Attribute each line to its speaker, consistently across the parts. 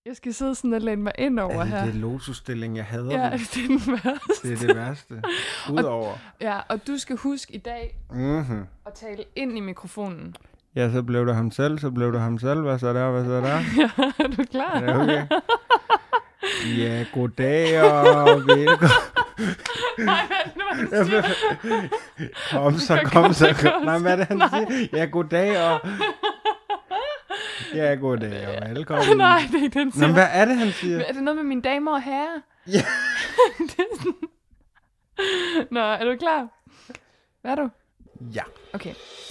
Speaker 1: Jeg skal sidde sådan og læne mig ind over her.
Speaker 2: Det er lotusstilling, jeg hader
Speaker 1: Ja,
Speaker 2: den.
Speaker 1: det er den værste.
Speaker 2: Det er det værste. Udover.
Speaker 1: Og du skal huske i dag at tale ind i mikrofonen.
Speaker 2: Ja, så blev det ham selv, Hvad så der?
Speaker 1: Ja, er du klar?
Speaker 2: Ja, okay. Ja, goddag og velkommen.
Speaker 1: Nej, hvad er det,
Speaker 2: Kom så. Nej, hvad er det, han siger? Ja, goddag og... Ja, goddag og velkommen.
Speaker 1: Nej, det er ikke den siger.
Speaker 2: Nå, hvad er det, han siger?
Speaker 1: Er det noget med mine damer og herrer?
Speaker 2: Ja.
Speaker 1: Nå, er du klar? Hvad er du?
Speaker 2: Ja.
Speaker 1: Okay.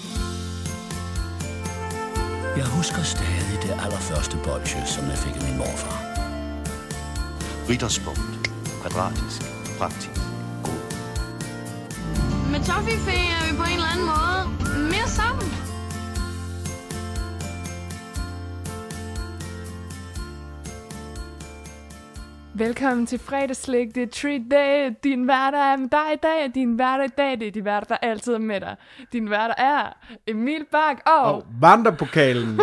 Speaker 3: Jeg husker stadig det allerførste bolsje, som jeg fik af min morfar.
Speaker 4: Ritterspunkt. Kvadratisk. Praktisk. God.
Speaker 5: Med Toffifee er vi på en eller anden måde mere sammen.
Speaker 1: Velkommen til Fredagsslik. Det er treat day. Din værter er med dig i dag, og din værter i dag, det er de værter, der altid er med dig. Din værter er Emil Bak og
Speaker 2: Vandrepokalen.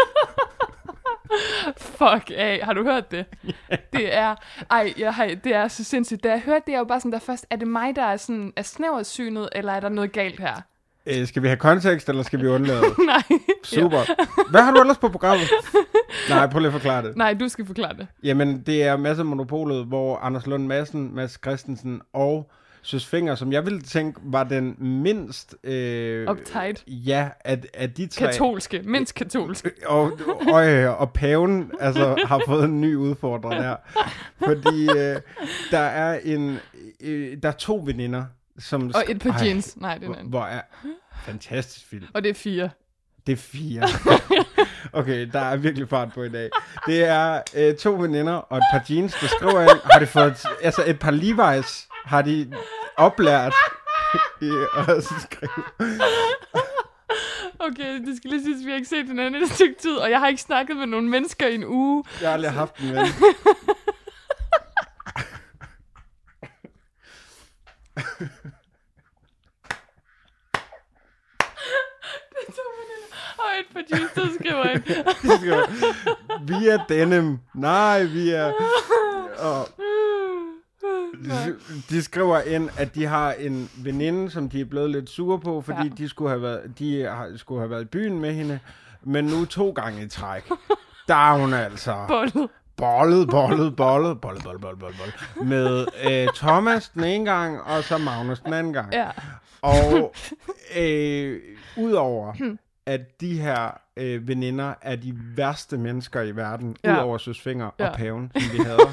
Speaker 1: Fuck af. Har du hørt det? Yeah. Det er så sindssygt. Da jeg hørte det, er jo bare sådan, der først, er det mig, der er sådan er snæversynet, eller er der noget galt her?
Speaker 2: Skal vi have kontekst, eller skal vi undlade?
Speaker 1: Nej.
Speaker 2: Super. Hvad har du ellers på programmet? Nej, prøv lige at forklare det.
Speaker 1: Nej, du skal forklare det.
Speaker 2: Jamen, det er Mads og Monopolet, hvor Anders Lund Madsen, Mads Christensen og Søs Fenger, som jeg ville tænke, var den mindst...
Speaker 1: Uptight.
Speaker 2: Ja, af de tre...
Speaker 1: Katolske. Mindst katolske.
Speaker 2: Og paven altså, har fået en ny udfordring her. Fordi der er to veninder, som...
Speaker 1: Og et par jeans. Nej, det er den.
Speaker 2: Hvor er... Fantastisk film.
Speaker 1: Og det er 4.
Speaker 2: Det er 4. Okay, der er virkelig fart på i dag. Det er to veninder og et par jeans, der skriver ind. Har de fået et par Levi's, har de oplært i at skrive.
Speaker 1: Okay, det skal lige sige, at vi har ikke set hinanden i et stykke tid, og jeg har ikke snakket med nogle mennesker i en uge.
Speaker 2: Jeg har aldrig haft en ven.
Speaker 1: Og et par jeans, der skriver ind.
Speaker 2: Vi er denim. Nej, vi er... De skriver ind, at de har en veninde, som de er blevet lidt sure på, fordi de skulle have været i byen med hende, men nu 2 gange i træk. Der er hun altså... Bollet. Med Thomas den ene gang, og så Magnus den anden gang.
Speaker 1: Ja.
Speaker 2: Og udover at de her veninder er de værste mennesker i verden, udover Søs Fenger og paven, som vi hader.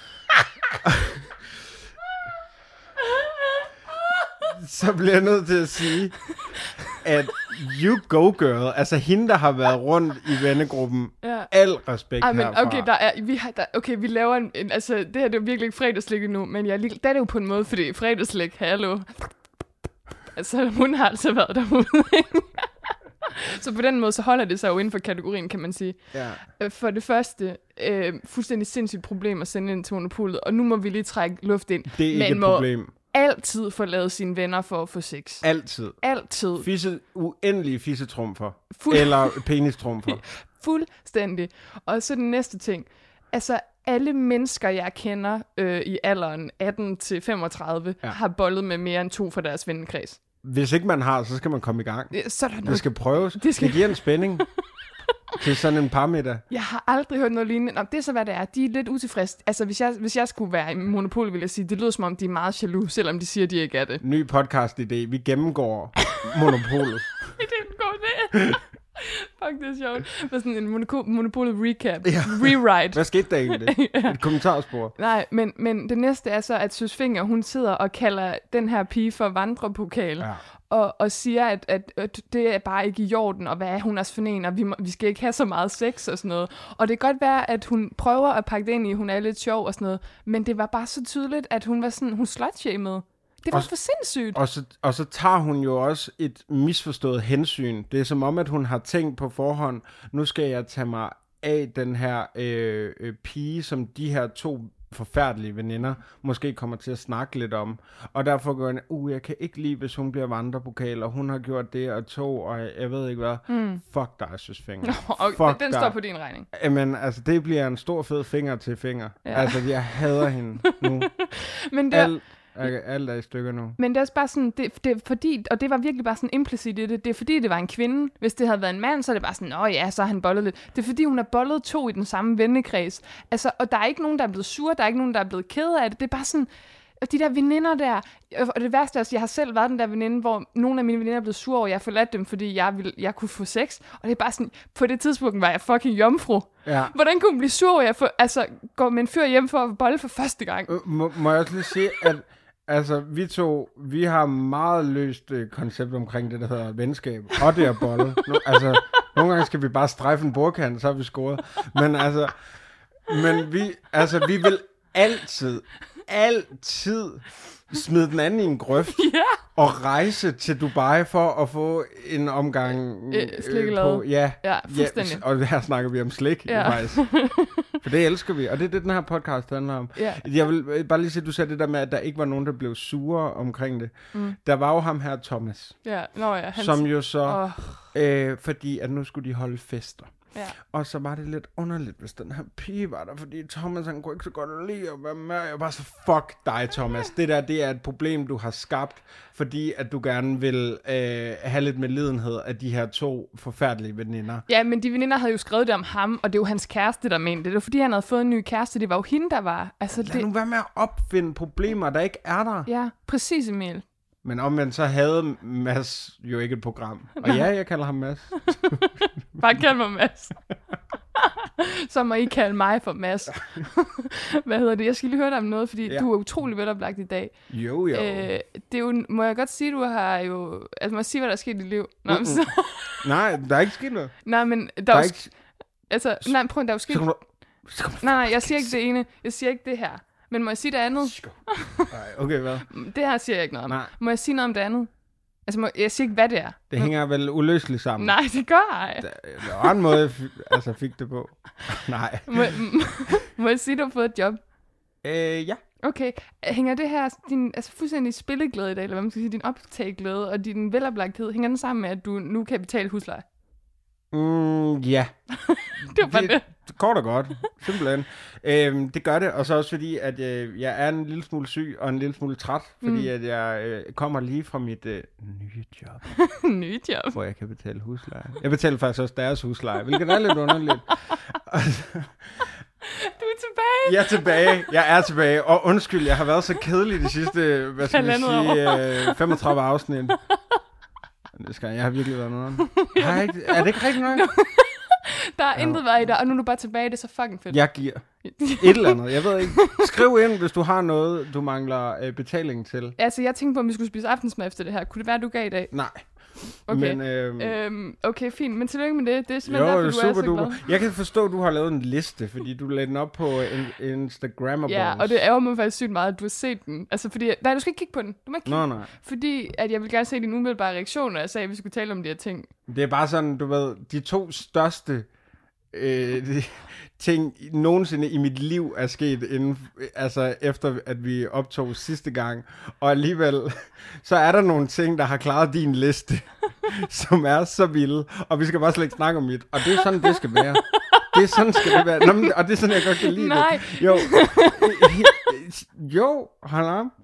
Speaker 2: Så bliver jeg nødt til at sige, at you go girl, altså hende, der har været rundt i vennegruppen, al respekt herfra.
Speaker 1: Okay, vi laver en altså, det her det er jo virkelig ikke fredagslik nu, men det er det jo på en måde, fordi fredagslik, hallo. Altså, hun har altså været derude. Så på den måde, så holder det sig jo inden for kategorien, kan man sige.
Speaker 2: Ja.
Speaker 1: For det første, fuldstændig sindssygt problem at sende ind til Monopolet, og nu må vi lige trække luft ind.
Speaker 2: Det er ikke et problem.
Speaker 1: Altid forlade sine venner for at få sex.
Speaker 2: Altid. Uendelige fissetrumfer. eller penistrumfer.
Speaker 1: Fuldstændig. Og så den næste ting. Altså, alle mennesker, jeg kender i alderen 18 til 35, har bollet med mere end 2 fra deres vennekreds.
Speaker 2: Hvis ikke man har, så skal man komme i gang.
Speaker 1: Så er der noget.
Speaker 2: Det skal prøves. Det giver en spænding. Til sådan en parmiddag.
Speaker 1: Jeg har aldrig hørt noget lignende. Nå, det er så, hvad det er. De er lidt utilfredse. Altså, hvis jeg skulle være i Monopol, vil jeg sige, det lyder som om, de er meget jaloux, selvom de siger, de ikke er det.
Speaker 2: Ny podcast-idé. Vi gennemgår Monopolet.
Speaker 1: Det er en god idé. Fuck, det er sjovt. Med sådan en Monopolet recap. Ja. Rewrite.
Speaker 2: Hvad skete der egentlig? Et kommentarspor.
Speaker 1: Nej, men det næste er så, at Søs Fenger, hun sidder og kalder den her pige for vandrepokal. Ja. Og siger, at det er bare ikke i orden, og hvad er hun også for en, og vi skal ikke have så meget sex og sådan noget. Og det kan godt være, at hun prøver at pakke det ind i, hun er lidt sjov og sådan noget, men det var bare så tydeligt, at hun var sådan, hun slutshamede. Det var for sindssygt.
Speaker 2: Og så tager hun jo også et misforstået hensyn. Det er som om, at hun har tænkt på forhånd, nu skal jeg tage mig af den her pige, som de her 2 forfærdelige veninder måske kommer til at snakke lidt om. Og derfor går jeg kan ikke lide, hvis hun bliver vandrepokal, og hun har gjort det og og jeg ved ikke hvad. Fuck dig, Søsfinger.
Speaker 1: Den står på din regning.
Speaker 2: Men altså, det bliver en stor fed finger til finger. Ja. Altså, jeg hader hende nu.
Speaker 1: Men
Speaker 2: alt er i stykker nu.
Speaker 1: Men det er også bare sådan, det er fordi, og det var virkelig bare sådan implicit i det, det er fordi, det var en kvinde. Hvis det havde været en mand, så er det bare sådan, så har han bollet lidt. Det er fordi, hun har bollet 2 i den samme vennekreds. Altså, og der er ikke nogen, der er blevet sure, der er ikke nogen, der er blevet ked af det. Det er bare sådan, og de der veninder der, og det værste er også, jeg har selv været den der veninde, hvor nogle af mine veninder er blevet sure over, jeg har forladt dem, fordi jeg kunne få sex. Og det er bare sådan, på det tidspunkt var jeg fucking jomfru. Ja. Hvordan kunne hun blive sur over, jeg går med en fyr hjem for at bolle for første gang?
Speaker 2: Må jeg også lige sige, at altså, vi har meget løst koncept omkring det, der hedder venskab, og det er bolle. Nogle gange skal vi bare strejfe en bordkant, så har vi scoret. Men vi vil altid smide den anden i en grøft og rejse til Dubai for at få en omgang
Speaker 1: på.
Speaker 2: Ja,
Speaker 1: fuldstændig.
Speaker 2: Og her snakker vi om slik, faktisk. For det elsker vi, og det er det, den her podcast handler om.
Speaker 1: Ja.
Speaker 2: Jeg vil bare lige sige, du sagde det der med, at der ikke var nogen, der blev sure omkring det. Der var jo ham her, Thomas, som jo så, fordi at nu skulle de holde fester. Ja. Og så var det lidt underligt, hvis den her pige var der, fordi Thomas, han kunne ikke så godt lide at være med. Jeg var så, fuck dig, Thomas. Det er et problem, du har skabt, fordi at du gerne vil have lidt medlidenhed af de her 2 forfærdelige veninder.
Speaker 1: Ja, men de veninder havde jo skrevet det om ham, og det er jo hans kæreste, der mente det. Det var fordi, han havde fået en ny kæreste. Det var jo hende, der var. Altså,
Speaker 2: lad nu være med at opfinde problemer, der ikke er der.
Speaker 1: Ja, præcis, Emil.
Speaker 2: Men omvendt så havde Mads jo ikke et program. Og jeg kalder ham Mads.
Speaker 1: Bare kald mig Mads. Så må I kalde mig for Mads. Hvad hedder det? Jeg skal lige høre dig om noget, fordi du er utrolig veloplagt i dag.
Speaker 2: Jo.
Speaker 1: Det er jo, må jeg godt sige, du har jo... Altså, må jeg sige, hvad der er sket i dit liv? Nå,
Speaker 2: nej, der er ikke sket noget.
Speaker 1: Nej, men der er ikke... Altså, nej, prøv, der er jo sket... Nej, jeg siger ikke det ene. Jeg siger ikke det her. Men må jeg sige det andet?
Speaker 2: Nej, okay, hvad?
Speaker 1: Det her siger jeg ikke noget om.
Speaker 2: Nej.
Speaker 1: Må jeg sige noget om det andet? Altså, jeg siger ikke, hvad det er.
Speaker 2: Det hænger vel uløseligt sammen.
Speaker 1: Nej, det gør ej.
Speaker 2: Der var en måde, jeg fik det på. Nej.
Speaker 1: Må jeg sige, du har fået et job?
Speaker 2: Ja.
Speaker 1: Okay. Hænger det her, din fuldstændig spilleglæde i dag, eller hvad man skal sige, din optagglæde og din veloplagthed, hænger den sammen med, at du nu kan betale husleje?
Speaker 2: Ja.
Speaker 1: Det var bare det.
Speaker 2: Kort og godt. Simpelthen. Det gør det, og så også fordi, at jeg er en lille smule syg og en lille smule træt, fordi at jeg kommer lige fra mit nye job.
Speaker 1: Nye job?
Speaker 2: Hvor jeg kan betale husleje. Jeg betaler faktisk også deres husleje, hvilket er lidt underligt.
Speaker 1: Du er tilbage.
Speaker 2: Jeg er tilbage. Jeg er tilbage. Og undskyld, jeg har været så kedelig de sidste, 35 afsnit. Jeg har virkelig været noget. Er det ikke rigtigt nok?
Speaker 1: Der er intet vej i dig, og nu er du bare tilbage. Det er så fucking fedt.
Speaker 2: Jeg giver et eller andet. Jeg ved ikke. Skriv ind, hvis du har noget, du mangler betaling til.
Speaker 1: Altså, jeg tænkte på, om vi skulle spise aftensmad efter det her. Kunne det være, du gav i dag?
Speaker 2: Nej.
Speaker 1: Okay. Men, okay, fint. Men tillykke med det. Det er simpelthen derfor, du er så glad.
Speaker 2: Jeg kan forstå, at du har lavet en liste, fordi du lagde den op på Instagrammables.
Speaker 1: Ja, og det ærger mig faktisk sygt meget, at du har set den. Altså, fordi... Nej, du skal ikke kigge på den. Du må ikke kigge.
Speaker 2: Nej.
Speaker 1: Fordi at jeg vil gerne se din umiddelbare reaktion, når jeg sagde, at vi skulle tale om de her ting.
Speaker 2: Det er bare sådan, du ved, de 2 største ting nogensinde i mit liv er sket efter at vi optog sidste gang, og alligevel så er der nogle ting, der har klaret din liste, som er så vilde, og vi skal bare slet ikke snakke om mit, og det er sådan, det skal være. Det er sådan, skal det være. Nå, og det er sådan, jeg godt kan lide
Speaker 1: Nej.
Speaker 2: det. Jo, hold op.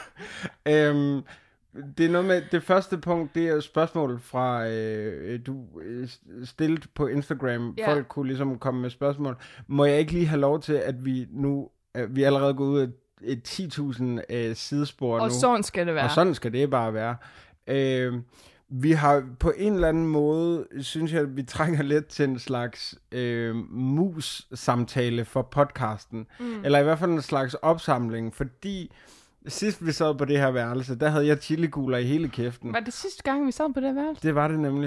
Speaker 2: Det er noget med, det første punkt, det er spørgsmål fra, du stillede på Instagram. Yeah. Folk kunne ligesom komme med spørgsmål. Må jeg ikke lige have lov til, at vi nu, vi er allerede gået ud af et 10.000 sidespor nu.
Speaker 1: Og sådan skal det være.
Speaker 2: Og sådan skal det bare være. Vi har på en eller anden måde, synes jeg, at vi trænger lidt til en slags mus-samtale for podcasten. Eller i hvert fald en slags opsamling, fordi... Sidst vi sad på det her værelse, der havde jeg chilikugler i hele kæften.
Speaker 1: Var det sidste gang, vi sad på det her værelse?
Speaker 2: Det var det nemlig.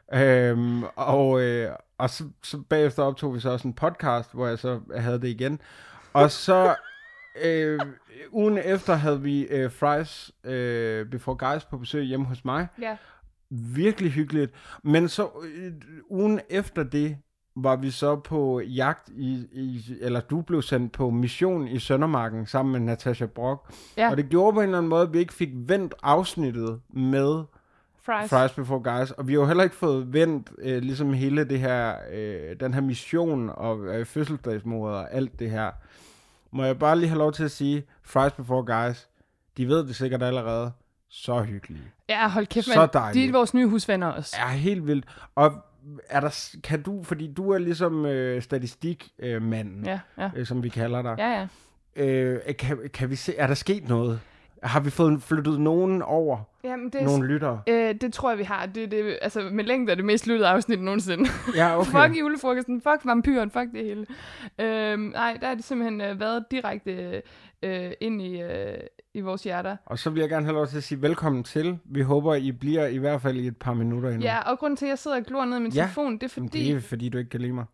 Speaker 2: Og så bagefter optog vi så også en podcast, hvor jeg så havde det igen. Og så ugen efter havde vi Fries Before Guys på besøg hjemme hos mig.
Speaker 1: Ja.
Speaker 2: Virkelig hyggeligt. Men så ugen efter det, var vi så på jagt eller du blev sendt på mission i Søndermarken sammen med Natasha Brock. Ja. Og det gjorde på en eller anden måde, at vi ikke fik vendt afsnittet med Fries Before Guys. Og vi har jo heller ikke fået vendt ligesom hele det her, den her mission og fødselsdagsmordet og alt det her. Må jeg bare lige have lov til at sige, Fries Before Guys, de ved det sikkert allerede. Så hyggelige.
Speaker 1: Ja, hold kæft,
Speaker 2: så dejligt.
Speaker 1: De er vores nye husvenner også.
Speaker 2: Ja, helt vildt. Og kan du, fordi du er ligesom statistikmanden, som vi kalder dig.
Speaker 1: Ja.
Speaker 2: Kan vi se, er der sket noget? Har vi fået flyttet nogen over?
Speaker 1: Jamen,
Speaker 2: nogle lyttere?
Speaker 1: Det tror jeg, vi har. Det, altså, med længde er det mest lyttede afsnit nogensinde.
Speaker 2: Ja, okay.
Speaker 1: Fuck julefrokosten, fuck vampyren, fuck det hele. Nej, der har det simpelthen været direkte ind i vores hjerter.
Speaker 2: Og så vil jeg gerne have lov til at sige velkommen til. Vi håber, I bliver i hvert fald i et par minutter endnu.
Speaker 1: Ja, og grunden til, at jeg sidder og glor ned i min telefon, det er fordi...
Speaker 2: Det er fordi, du ikke kan lide mig.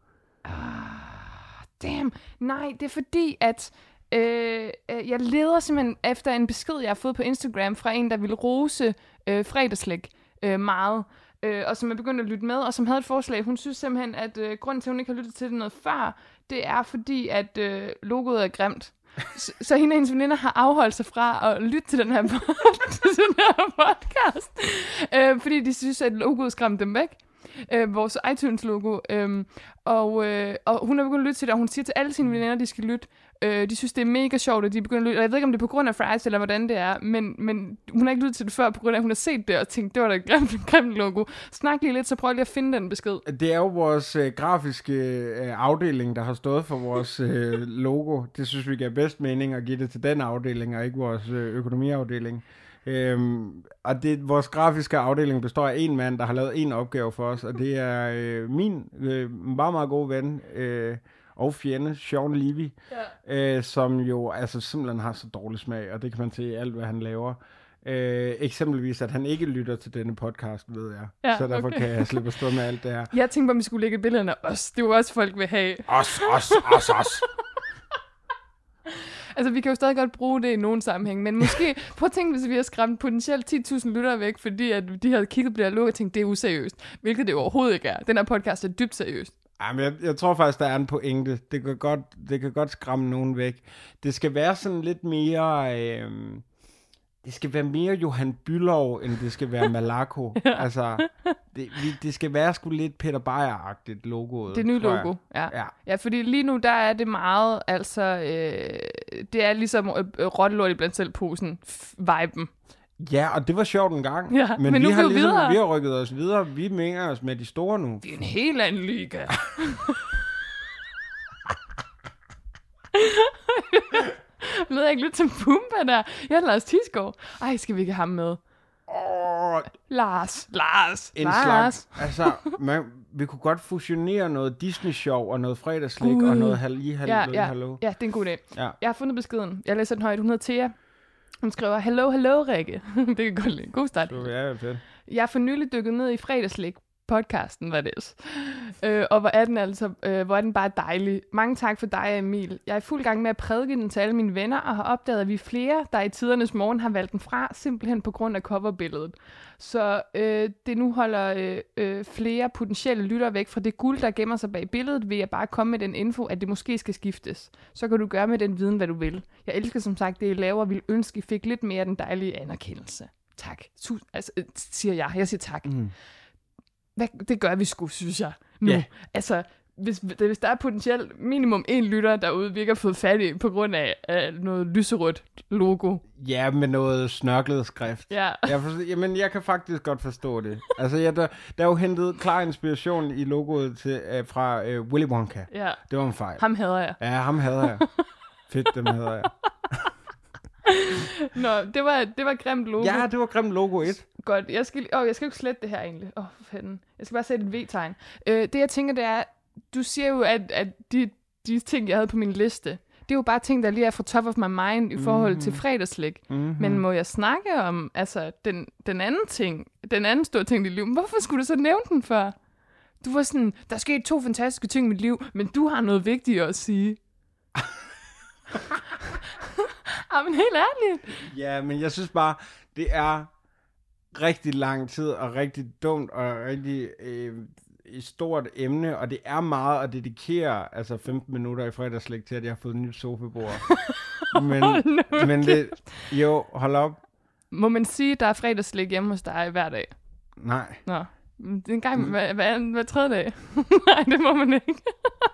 Speaker 1: Damn. Nej, det er fordi, at... jeg leder simpelthen efter en besked, jeg har fået på Instagram fra en, der ville rose fredagslæg meget, og som er begyndt at lytte med, og som havde et forslag. Hun synes simpelthen, at grunden til, at hun ikke har lyttet til det noget før, det er fordi, at logoet er grimt. Så hende og hendes veninder har afholdt sig fra at lytte til den her podcast, fordi de synes, at logoet skræmte dem væk. Vores iTunes-logo. Og hun er begyndt at lytte til det, og hun siger til alle sine veninder, de skal lytte. De synes, det er mega sjovt, at de er begyndt at lytte. Og jeg ved ikke, om det er på grund af Fries, eller hvordan det er, men hun har ikke lyttet til det før, på grund af, at hun har set det, og tænkt, det var da et grimt logo. Snak lige lidt, så prøv lige at finde den besked. Det
Speaker 2: er jo vores grafiske afdeling, der har stået for vores logo. Det synes vi giver bedst mening at give det til den afdeling, og ikke vores økonomiafdeling. Og vores grafiske afdeling består af en mand, der har lavet en opgave for os, og det er min meget, meget gode ven og fjende, Sean Levy, som jo altså simpelthen har så dårlig smag, og det kan man se i alt, hvad han laver. Eksempelvis, at han ikke lytter til denne podcast, ved jeg. Ja, så derfor kan jeg slippe at stå med alt det her.
Speaker 1: Jeg tænkte på, om vi skulle lægge billederne af os. Det var også folk vil have.
Speaker 2: Os.
Speaker 1: Altså, vi kan jo stadig godt bruge det i nogen sammenhæng, men måske, prøv at tænke, hvis vi har skræmt potentielt 10.000 lyttere væk, fordi at de havde kigget på det her logo og tænkt, det er useriøst, hvilket det overhovedet ikke er. Den her podcast er dybt seriøst.
Speaker 2: Jamen, jeg tror faktisk, der er en pointe. Det kan godt skræmme nogen væk. Det skal være sådan lidt mere... det skal være mere Johan Bülow, end det skal være Malaco. Altså, det skal være sgu lidt Peter Beyer-agtigt logoet.
Speaker 1: Det nye logo, ja, fordi lige nu, der er det meget, altså, det er ligesom rottelort i blandt selv posen, viben.
Speaker 2: Ja, og det var sjovt en gang.
Speaker 1: Ja, men nu
Speaker 2: vi har rykket os videre. Vi mener os med de store nu.
Speaker 1: Vi er en helt anden liga. Lød jeg ikke lidt som Pumba der? Jeg er Lars Tisgaard. Ej, skal vi ikke have ham med? Lars.
Speaker 2: Slags, altså, vi kunne godt fusionere noget Disney-show og noget fredagslæg og noget hallo. Ja,
Speaker 1: det er en god idé. Ja. Jeg har fundet beskeden. Jeg læser den højt. Hun hedder Thea. Hun skriver, hello, Rikke. Det kan godt lide. God start.
Speaker 2: Ja, fedt.
Speaker 1: Jeg har for nylig dykket ned i fredagslæg. Podcasten var det. Og hvor er den bare dejlig. Mange tak for dig, Emil. Jeg er i fuld gang med at prædike den til alle mine venner, og har opdaget, at vi flere, der i tidernes morgen har valgt den fra, simpelthen på grund af coverbilledet. Så det nu holder flere potentielle lyttere væk fra det guld, der gemmer sig bag billedet, vil jeg bare komme med den info, at det måske skal skiftes. Så kan du gøre med den viden, hvad du vil. Jeg elsker som sagt det, I laver, og vil ønske, I fik lidt mere af den dejlige anerkendelse. Tak. Siger jeg. Jeg siger tak. Det gør vi sgu, synes jeg, nu. Yeah. Altså, hvis der er potentielt minimum en lytter derude, vi ikke har fået fat i, på grund af noget lyserødt logo.
Speaker 2: Ja, med noget snørklet skrift.
Speaker 1: Ja.
Speaker 2: Jamen, jeg kan faktisk godt forstå det. Altså, der er jo hentet klar inspiration i logoet fra Willy Wonka.
Speaker 1: Ja.
Speaker 2: Det var en fejl.
Speaker 1: Ham hader jeg.
Speaker 2: Ja, ham hader jeg. Fedt, dem hader jeg.
Speaker 1: Nå, det var grimt logo.
Speaker 2: Ja, det var grimt logo 1.
Speaker 1: Godt, jeg skal ikke slette det her egentlig. For fanden. Jeg skal bare sætte et V-tegn. Det jeg tænker, det er, du siger jo, at de ting, jeg havde på min liste, det er jo bare ting, der lige er fra top of my mind i forhold til fredagslæg. Men må jeg snakke om altså, den anden ting, den anden store ting i dit liv? Hvorfor skulle du så nævne den før? Du var sådan, der skete 2 fantastiske ting i mit liv, men du har noget vigtigt at sige. Men helt ærligt.
Speaker 2: Ja, men jeg synes bare, det er rigtig lang tid og rigtig dumt og rigtig stort emne, og det er meget at dedikere, altså 15 minutter i fredagslæg til, at jeg har fået et nyt sofabord. men det, jo, hold op.
Speaker 1: Må man sige, der er fredagslæg hjemme hos dig hver dag?
Speaker 2: Nej.
Speaker 1: Nå, det er en gang hver tredje dag. Nej, det må man ikke.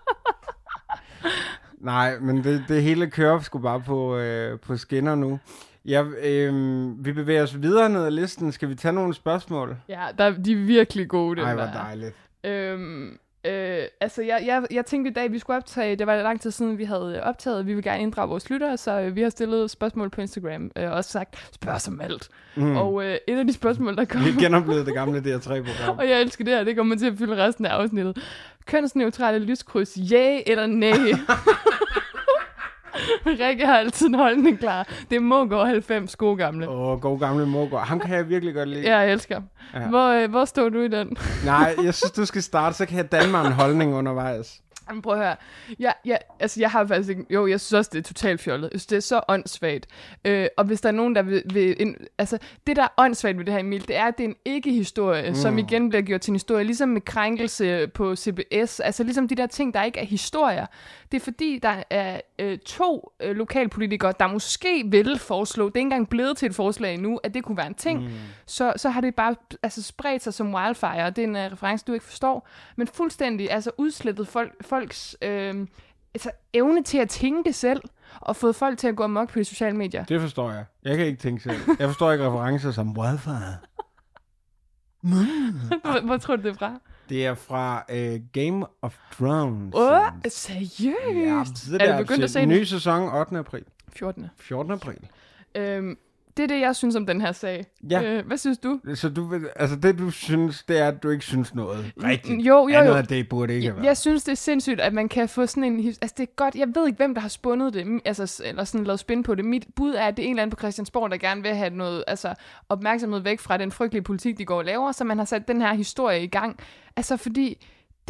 Speaker 2: Nej, men det hele kører sgu bare på skinner nu. Vi bevæger os videre ned ad listen. Skal vi tage nogle spørgsmål?
Speaker 1: Ja, de er virkelig gode,
Speaker 2: Ej, hvor dejligt.
Speaker 1: Altså, jeg tænkte i dag, vi skulle optage, det var lang tid siden, vi havde optaget, vi vil gerne inddrage vores lyttere, så vi har stillet spørgsmål på Instagram, og også sagt, spørg som alt. Og et af de spørgsmål, der kommer...
Speaker 2: Vi genoplevet det gamle DR3-program.
Speaker 1: Og jeg elsker det her, det kommer til at fylde resten af afsnittet. Kønsneutrale lyskryds, ja eller nej? Rikke har altid en holdning klar. Det er Mågaard 90, gode gamle.
Speaker 2: God gamle Mågaard. Ham kan jeg virkelig godt lide.
Speaker 1: Ja, jeg elsker. Ja. Hvor står du i den?
Speaker 2: Nej, jeg synes, du skal starte, så kan jeg danne mig en holdning undervejs.
Speaker 1: Jamen, prøv at høre. Jeg har faktisk ikke... Jo, jeg synes også, det er totalt fjollet. Jeg synes, det er så åndssvagt. Og hvis der er nogen, der vil altså, det, der er åndssvagt ved det her, Emil, det er, at det er en ikke-historie, som igen bliver gjort til en historie. Ligesom med krænkelse på CBS. Altså, ligesom de der ting, der ikke er historier. Det er fordi, der er 2 lokalpolitikere, der måske vil foreslå, det er ikke engang blevet til et forslag endnu, at det kunne være en ting. Så har det bare spredt sig som wildfire. Det er en reference, du ikke forstår. Men fuldstændig udslettet folks evne til at tænke selv, og fået folk til at gå amok på de sociale medier.
Speaker 2: Det forstår jeg. Jeg kan ikke tænke selv. Jeg forstår ikke referencer som wildfire.
Speaker 1: Hvor tror du det er fra?
Speaker 2: Det er fra Game of Thrones.
Speaker 1: Seriøst?
Speaker 2: Ja,
Speaker 1: er du begyndt at se den?
Speaker 2: Ny sæson 8. april. 14. april.
Speaker 1: Det er det, jeg synes om den her sag.
Speaker 2: Ja.
Speaker 1: Hvad synes du?
Speaker 2: Så det du synes, det er, at du ikke synes noget rigtigt.
Speaker 1: Jo.
Speaker 2: Andet af det burde ikke være.
Speaker 1: Jeg synes, det er sindssygt, at man kan få sådan en... Altså, det er godt. Jeg ved ikke, hvem der har spundet det, altså, eller sådan lavet spin på det. Mit bud er, at det er en eller anden på Christiansborg, der gerne vil have noget opmærksomhed væk fra den frygtelige politik, de går og laver, så man har sat den her historie i gang. Altså, fordi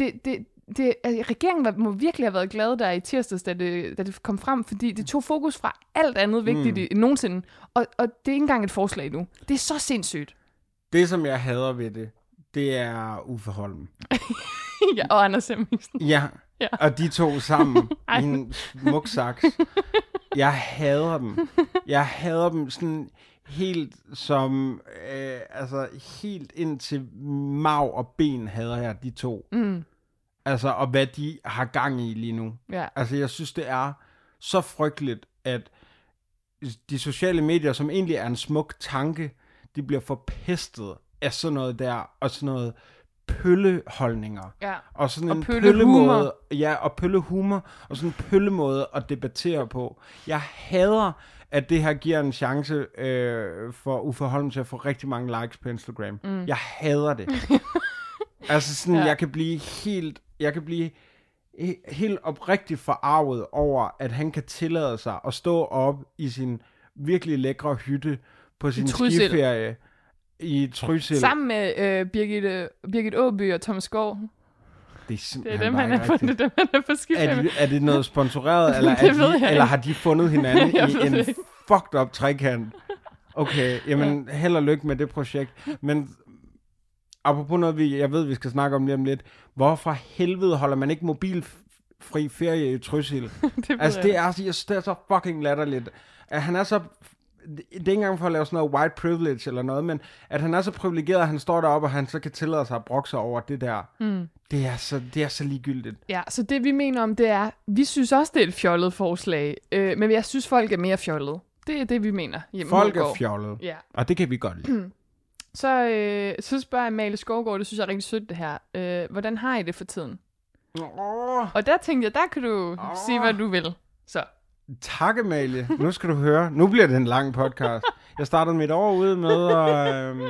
Speaker 1: regeringen må virkelig have været glad der i tirsdags, da det kom frem, fordi det tog fokus fra alt andet vigtigt end nogensinde. Og det er ikke engang et forslag nu. Det er så sindssygt.
Speaker 2: Det, som jeg hader ved det er Uffe Holm.
Speaker 1: Ja, og Anders Hemmingsen.
Speaker 2: Ja, og de to sammen i en smuk saks. Jeg hader dem. Jeg hader dem sådan helt som, helt ind til marv og ben hader jeg de to. Altså, og hvad de har gang i lige nu.
Speaker 1: Ja.
Speaker 2: Altså, jeg synes, det er så frygteligt, at de sociale medier, som egentlig er en smuk tanke, de bliver forpestet af sådan noget der, og sådan noget pølleholdninger.
Speaker 1: Ja.
Speaker 2: Og sådan
Speaker 1: og
Speaker 2: en
Speaker 1: pøllemåde.
Speaker 2: Ja, og pøllehumor, og sådan en pøllemåde at debattere på. Jeg hader, at det her giver en chance for Uffe Holm til at få rigtig mange likes på Instagram. Jeg hader det. Altså sådan, jeg kan blive helt oprigtigt forarvet over, at han kan tillade sig at stå op i sin virkelig lækre hytte på sin skiferie i Trysil.
Speaker 1: Sammen med Birgit Åby og Thomas Skov.
Speaker 2: Det
Speaker 1: er dem, han er på skiferie.
Speaker 2: Er det noget sponsoreret, eller har de fundet hinanden i en fucked up trekant? Okay, jamen held og lykke med det projekt. Men apropos noget, jeg ved, vi skal snakke om lige om lidt. Hvorfor helvede holder man ikke mobilfri ferie i Trysil? Det er så fucking latterligt. At han er så... Det er ikke engang for at lave sådan noget white privilege eller noget, men at han er så privilegeret, at han står deroppe, og han så kan tillade sig at brokke sig over det der. Det er så ligegyldigt. Ja,
Speaker 1: så det vi mener om, det er, vi synes også, det er et fjollet forslag, men jeg synes, folk er mere fjollet. Det er det, vi mener.
Speaker 2: Folk er fjollet, og det kan vi godt lide.
Speaker 1: Så spørger Amalie Skovgaard, det synes jeg er rigtig sødt det her. Hvordan har I det for tiden? Og der tænkte jeg, der kan du sige, hvad du vil. Så.
Speaker 2: Tak, Amalie. Nu skal du høre. Nu bliver det en lang podcast. Jeg startede mit år ude med, og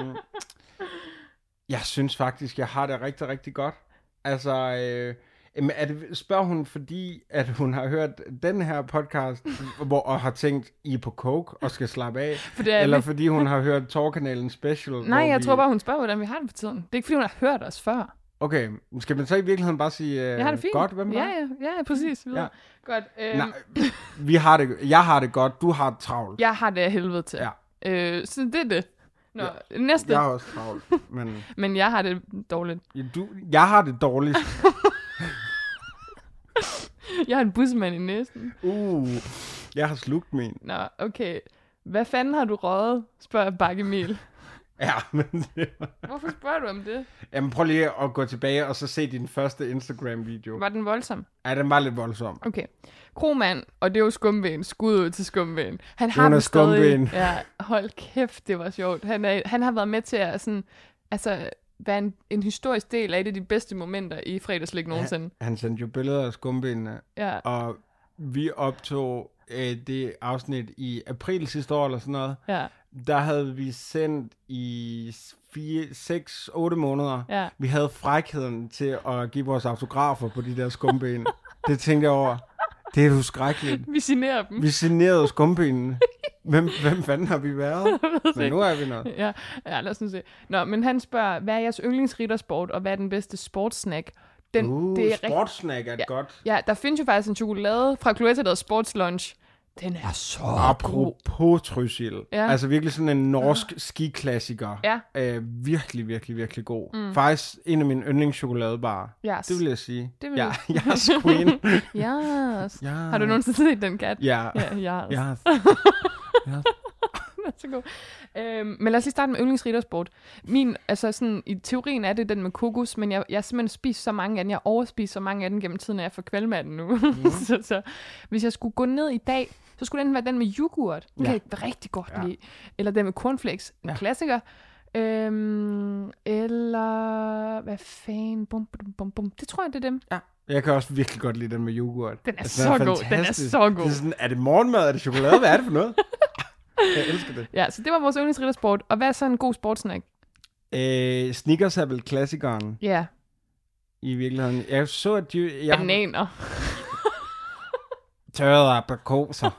Speaker 2: jeg synes faktisk, jeg har det rigtig, rigtig godt. Altså, spørger hun, fordi at hun har hørt den her podcast, og har tænkt, I er på coke og skal slappe af? Eller fordi hun har hørt Torkanalen Special?
Speaker 1: Nej, jeg tror bare, hun spørger, hvordan vi har det for tiden. Det er ikke, fordi hun har hørt os før.
Speaker 2: Okay, skal man så i virkeligheden bare sige
Speaker 1: jeg har det fint.
Speaker 2: Godt? Hvem
Speaker 1: ja, præcis. Ja. Godt.
Speaker 2: Nej, jeg har det godt, du har det travlt.
Speaker 1: Jeg har det af helvede til.
Speaker 2: Ja.
Speaker 1: Så det er det. Nå, næste.
Speaker 2: Jeg har også travlt, men...
Speaker 1: Men jeg har det dårligt.
Speaker 2: Jeg har det dårligt.
Speaker 1: Jeg har en busmand i næsen.
Speaker 2: Jeg har slugt min.
Speaker 1: Nå, okay. Hvad fanden har du røget? Spørger Bakke Emil.
Speaker 2: Ja, men...
Speaker 1: Hvorfor spørger du om det?
Speaker 2: Jamen, prøv lige at gå tilbage og så se din første Instagram-video.
Speaker 1: Var den voldsom?
Speaker 2: Ja, den var lidt voldsom.
Speaker 1: Okay. Kromand, og det er jo Skumben. Skud ud til Skumben. Han har
Speaker 2: Hun er
Speaker 1: den stadig.
Speaker 2: Skumben.
Speaker 1: Ja, hold kæft, det var sjovt. Han har været med til at sådan, altså, være en historisk del af et af de bedste momenter i Fredagslik nogensinde.
Speaker 2: Han sendte jo billeder af skumbenene,
Speaker 1: Ja.
Speaker 2: og vi optog det afsnit i april sidste år, eller sådan noget.
Speaker 1: Ja.
Speaker 2: Der havde vi sendt i 6-8 måneder.
Speaker 1: Ja.
Speaker 2: Vi havde frækheden til at give vores autografer på de der skumben. Det tænkte jeg over. Det er jo skrækkeligt.
Speaker 1: Vi signerer dem.
Speaker 2: Vi signerede skumbenene. Hvem fanden har vi været? Men nu er vi noget.
Speaker 1: Ja, lad os nu se. Nå, men han spørger, hvad er jeres yndlingsriddersport, og hvad er den bedste sportssnack?
Speaker 2: Det er sportssnack er godt.
Speaker 1: Ja, der findes jo faktisk en chokolade fra Cloetta, der hedder Sportslunch. Den er så god.
Speaker 2: Apropos Trysil.
Speaker 1: Ja.
Speaker 2: Altså virkelig sådan en norsk skiklassiker.
Speaker 1: Ja.
Speaker 2: Virkelig, virkelig, virkelig god. Faktisk en af mine yndlingschokoladebarer.
Speaker 1: Yes.
Speaker 2: Det vil jeg sige.
Speaker 1: Det vil
Speaker 2: ja,
Speaker 1: jeg.
Speaker 2: Yes, queen.
Speaker 1: Yes.
Speaker 2: Yes.
Speaker 1: Har du nogensinde set den kat?
Speaker 2: Ja.
Speaker 1: Ja, yes.
Speaker 2: Yes. Yes.
Speaker 1: Så god. Men lad os lige starte med yndlingsriddersport. Min, altså sådan, i teorien er det den med kokos, men jeg har simpelthen spist så mange af den. Jeg overspist så mange af den gennem tiden, at jeg får kvalme af den nu. så hvis jeg skulle gå ned i dag, så skulle den være den med yoghurt. Den kan jeg rigtig godt lide. Eller den med cornflakes, en klassiker. Eller hvad fanden? Bum. Det tror jeg, det er dem.
Speaker 2: Ja. Jeg kan også virkelig godt lide den med yoghurt.
Speaker 1: Den er så god. Den er så god.
Speaker 2: Det er, sådan, er det morgenmad? Er det chokolade? Hvad er det for noget? Jeg elsker det.
Speaker 1: Ja, så det var vores yndlingsriddersport. Og hvad er så en god sportsnack?
Speaker 2: Snickers er vel klassikeren.
Speaker 1: Ja.
Speaker 2: I virkeligheden. Jeg så, at
Speaker 1: bananer.
Speaker 2: Tørrede aprikoser.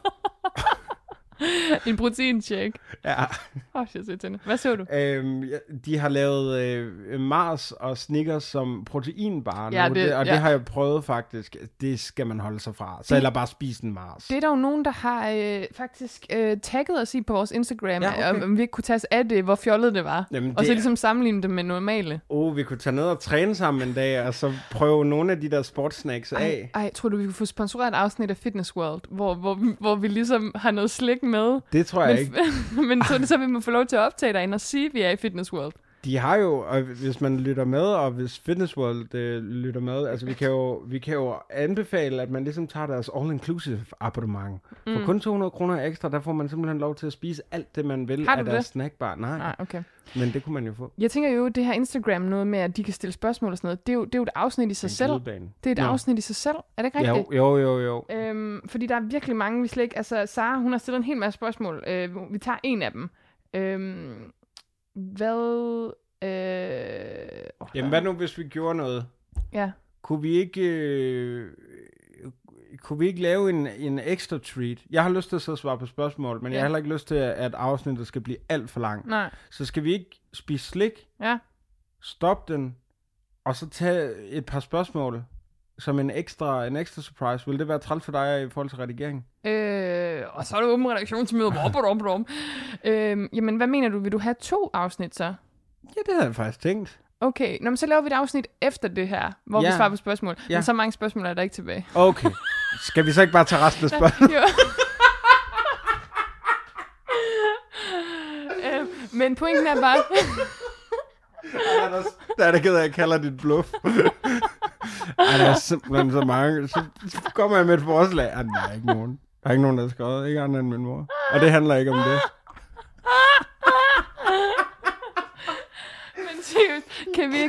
Speaker 1: En proteinshake.
Speaker 2: Ja.
Speaker 1: Hvad så du?
Speaker 2: De har lavet Mars og Snickers som proteinbar
Speaker 1: ja,
Speaker 2: nu, det har jeg prøvet faktisk. Det skal man holde sig fra. Så eller bare spise en Mars.
Speaker 1: Det er der jo nogen, der har faktisk tagget os i på vores Instagram, om vi ikke kunne tage os af det, hvor fjollet det var. Jamen, og så ligesom sammenligne det med normale.
Speaker 2: Vi kunne tage ned og træne sammen en dag, og så prøve nogle af de der sportsnacks af.
Speaker 1: Ej, tror du, vi kunne få sponsoreret et afsnit af Fitness World, hvor vi ligesom har noget slik med?
Speaker 2: Det tror jeg ikke.
Speaker 1: Men så vil man få lov til at optage derinde og sige, at vi er i Fitness World.
Speaker 2: De har jo, og hvis man lytter med, og hvis Fitness World lytter med, altså vi kan jo anbefale, at man ligesom tager deres all-inclusive abonnement. For kun 200 kroner ekstra, der får man simpelthen lov til at spise alt det, man vil af deres snackbar. Nej,
Speaker 1: okay.
Speaker 2: Men det kunne man jo få.
Speaker 1: Jeg tænker jo, det her Instagram noget med, at de kan stille spørgsmål og sådan noget, det er jo et afsnit i sig selv. Det er et afsnit i sig selv. Er det ikke rigtigt?
Speaker 2: Jo.
Speaker 1: Fordi der er virkelig mange, vi slet ikke... Altså, Sara, hun har stillet en hel masse spørgsmål. Vi tager en af dem.
Speaker 2: Jamen, hvad nu, hvis vi gjorde noget?
Speaker 1: Ja.
Speaker 2: Kunne vi ikke lave en ekstra treat? Jeg har lyst til at sidde og svare på spørgsmål, men jeg har heller ikke lyst til, at afsnittet skal blive alt for langt.
Speaker 1: Nej.
Speaker 2: Så skal vi ikke spise slik?
Speaker 1: Ja.
Speaker 2: Stop den, og så tage et par spørgsmål som en ekstra surprise. Vil det være træls for dig i forhold til redigering?
Speaker 1: Og så er det åben redaktionsmøde. Jamen, hvad mener du? Vil du have 2 afsnit så?
Speaker 2: Ja, det havde jeg faktisk tænkt.
Speaker 1: Okay, men så laver vi et afsnit efter det her, hvor vi svarer på spørgsmål. Ja. Men så mange spørgsmål er der ikke tilbage.
Speaker 2: Okay. Skal vi så ikke bare tage resten af spørgsmål?
Speaker 1: Men pointen er bare...
Speaker 2: Der er det ked af, at jeg kalder dit bluff. Der er simpelthen så mange. Så kommer jeg med et forslag. Der er ikke nogen. Der er ikke nogen, der har skrevet. Ikke andre end min mor. Og det handler ikke om det. Men seriøst,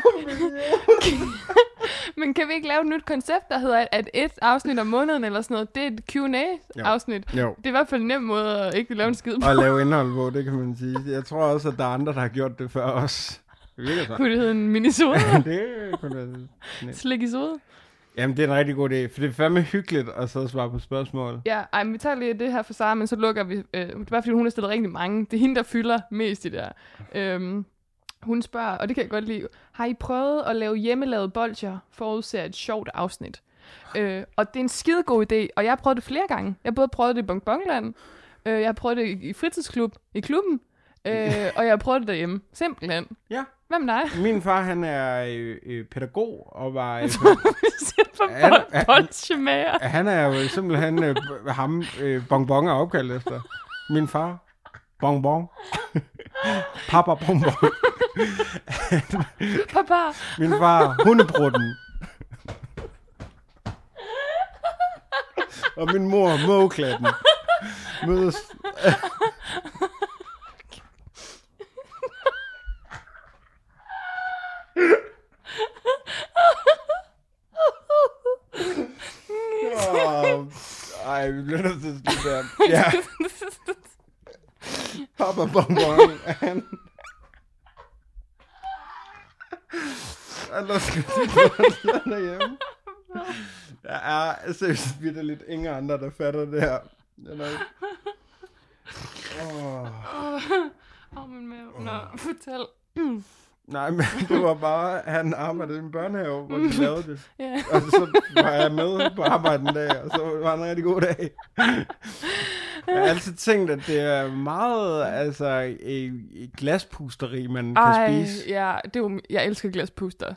Speaker 2: kan vi ikke lave et nyt koncept, der hedder, at et afsnit om måneden eller sådan noget, det er et Q&A-afsnit. Det er i hvert fald en nem måde at ikke lave en skid på. Og lave indhold på, det kan man sige. Jeg tror også, at der er andre, der har gjort det før os.
Speaker 1: Kunne det hedde en minisode?
Speaker 2: Det kunne være
Speaker 1: slikisode?
Speaker 2: Jamen, det er en rigtig god idé, for det er fandme hyggeligt at sidde og svare på spørgsmål.
Speaker 1: Ja, men vi tager lige det her for Sara, men så lukker vi. Det er bare fordi, hun har stillet rigtig mange. Det er hende, der fylder mest i det her. Hun spørger, og det kan jeg godt lide, har I prøvet at lave hjemmelavede bolcher forudser et sjovt afsnit? Og det er en skidegod idé, og jeg har prøvet det flere gange. Jeg har både prøvet det i Bonbonland, jeg har prøvet det i fritidsklub, i klubben, Og jeg har prøvet det derhjemme. Simpelthen.
Speaker 2: Ja.
Speaker 1: Hvem dig?
Speaker 2: Min far, han er pædagog, og var...
Speaker 1: Bolsjemager.
Speaker 2: Han er jo simpelthen ham, Bonbon er opkaldt efter. Min far, Bonbon. Papa Bonbon.
Speaker 1: Papa.
Speaker 2: Min far, hundebrutten. Og min mor, mågeklatten. Mødes... Ej, vi bliver nødt til at slutte der. Ja. Papa Bonbon, han skal til derhjemme. Der er seriøst lidt ingen andre, der fatter det her.
Speaker 1: Men mave. Nå, fortæl.
Speaker 2: Nej, men det var bare, han arbejdede i en børnehave, hvor de lavede det. Yeah. Og så var jeg med på arbejde en dag, og så var det en rigtig god dag. Jeg har altid tænkt, at det er meget glaspusteri, man kan spise.
Speaker 1: Ja, det er jo, jeg elsker glaspuster.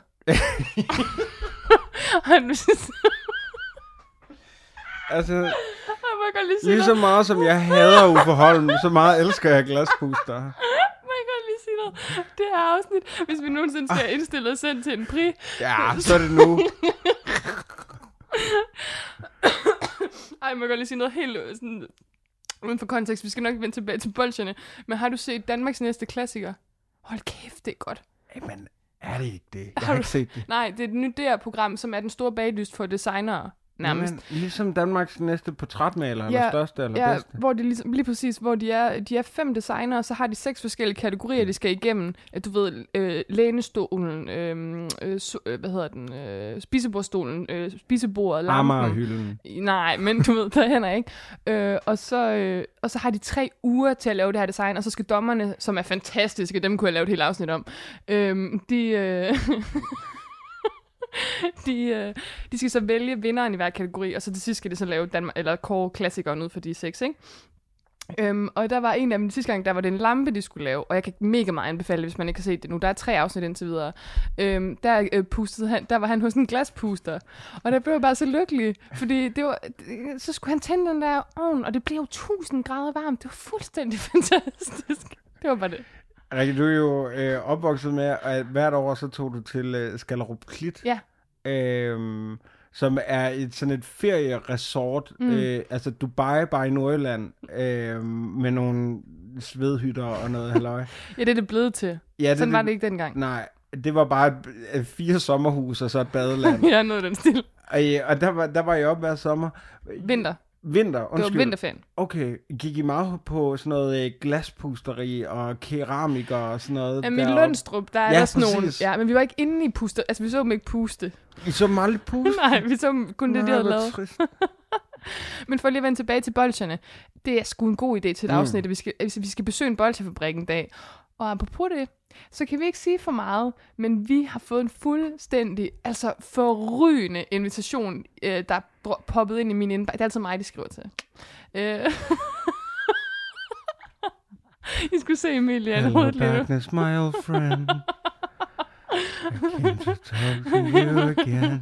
Speaker 2: Altså, lige så meget som jeg hader Uffe Holm, så meget elsker jeg glaspuster.
Speaker 1: Det her afsnit, hvis vi nogensinde skal indstille os selv til en prix.
Speaker 2: Ja, så er det nu.
Speaker 1: Ej, man kan godt lige sige noget helt sådan, uden for kontekst. Vi skal nok vende tilbage til bolsjerne. Men har du set Danmarks næste klassiker? Hold kæft, det er godt.
Speaker 2: Jamen, er det ikke det? Jeg har ikke set det.
Speaker 1: Nej, det er et nyt DR-program, som er den store baglyst for designere. Nærmest.
Speaker 2: Jamen, ligesom Danmarks næste portrætmaler, eller største eller bedste.
Speaker 1: Hvor de ligesom, lige præcis, hvor de er 5 designere, og så har de 6 forskellige kategorier, de skal igennem. Du ved, lænestolen, spisebordstolen, spisebordet, lampen.
Speaker 2: Amagerhylden.
Speaker 1: Nej, men du ved, derhen er ikke. Og så har de 3 uger til at lave det her design, og så skal dommerne, som er fantastiske, dem kunne jeg lave et helt afsnit om, de skal så vælge vinderen i hver kategori, og så til sidst skal de så lave eller kåre klassikeren ud for de 6, ikke? Og der var en af dem sidste gang, der var det en lampe, de skulle lave, og jeg kan mega meget anbefale det, hvis man ikke har set det nu. Der er 3 afsnit indtil videre. Der var han hos en glaspuster, og der blev jeg bare så lykkelig, fordi så skulle han tænde den der ovn, og det blev jo 1000 grader varmt. Det var fuldstændig fantastisk. Det var bare det.
Speaker 2: Rikke, du er jo opvokset med, at hvert år så tog du til Skallerup Klit.
Speaker 1: Ja.
Speaker 2: Som er sådan et ferieresort, altså Dubai, bare i Nordjylland, med nogle svedhytter og noget halløj.
Speaker 1: Ja, det er det blevet til. Ja, sådan var det ikke dengang.
Speaker 2: Nej, det var bare 4 sommerhus og så et badeland.
Speaker 1: Ja, noget af den stil.
Speaker 2: Og der var jeg op hver sommer.
Speaker 1: Vinter,
Speaker 2: undskyld.
Speaker 1: Det var vinterferien.
Speaker 2: Okay, gik I meget på sådan noget glaspusteri og keramikere og sådan noget?
Speaker 1: Ja, i Lønstrup, der er der sådan nogle... Ja, men vi var ikke inde i puster. Altså, vi så dem ikke puste.
Speaker 2: I så dem aldrig puste?
Speaker 1: Nej, vi så kun det, de havde lavet. Men for lige at vende tilbage til bolsjerne. Det er sgu en god idé til et afsnit, at vi skal besøge en bolsjefabrik en dag. Og apropos det, så kan vi ikke sige for meget, men vi har fået en fuldstændig, forrygende invitation, der er poppet ind i min indbakke. Det er altid mig, de skriver til. I skulle se Emilie.
Speaker 2: Hello darkness, my old friend. I came to talk to you again.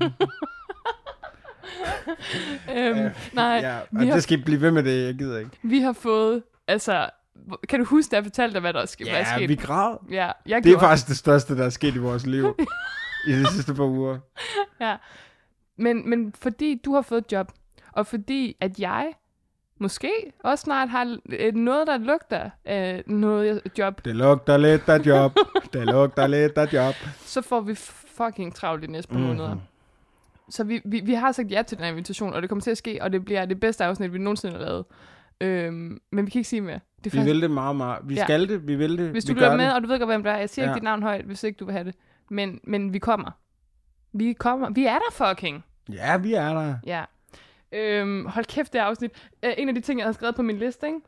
Speaker 1: Nej.
Speaker 2: Ja, og det skal blive ved med det, jeg gider ikke.
Speaker 1: Vi har fået, kan du huske, da jeg fortalte dig, hvad der er sket?
Speaker 2: Ja, vi græd.
Speaker 1: Ja,
Speaker 2: det er faktisk det største, der er sket i vores liv i de sidste par uger.
Speaker 1: Ja, men fordi du har fået et job, og fordi at jeg måske også snart har noget, der lugter af noget job.
Speaker 2: Det lugter lidt af job. Det lugter lidt af job.
Speaker 1: Så får vi fucking travlt i næste par måneder. Så vi har sagt ja til den invitation, og det kommer til at ske, og det bliver det bedste afsnit, vi nogensinde har lavet. Men vi kan ikke sige mere.
Speaker 2: Vi vil det meget, meget. Vi skal det, vi vil det.
Speaker 1: Hvis du lytter med, og du ved godt, hvem der er, jeg siger ikke dit navn højt, hvis ikke du vil have det. Men vi kommer. Vi kommer. Vi er der fucking.
Speaker 2: Ja, vi er der.
Speaker 1: Ja. Hold kæft, det afsnit. En af de ting, jeg havde skrevet på min liste, ikke?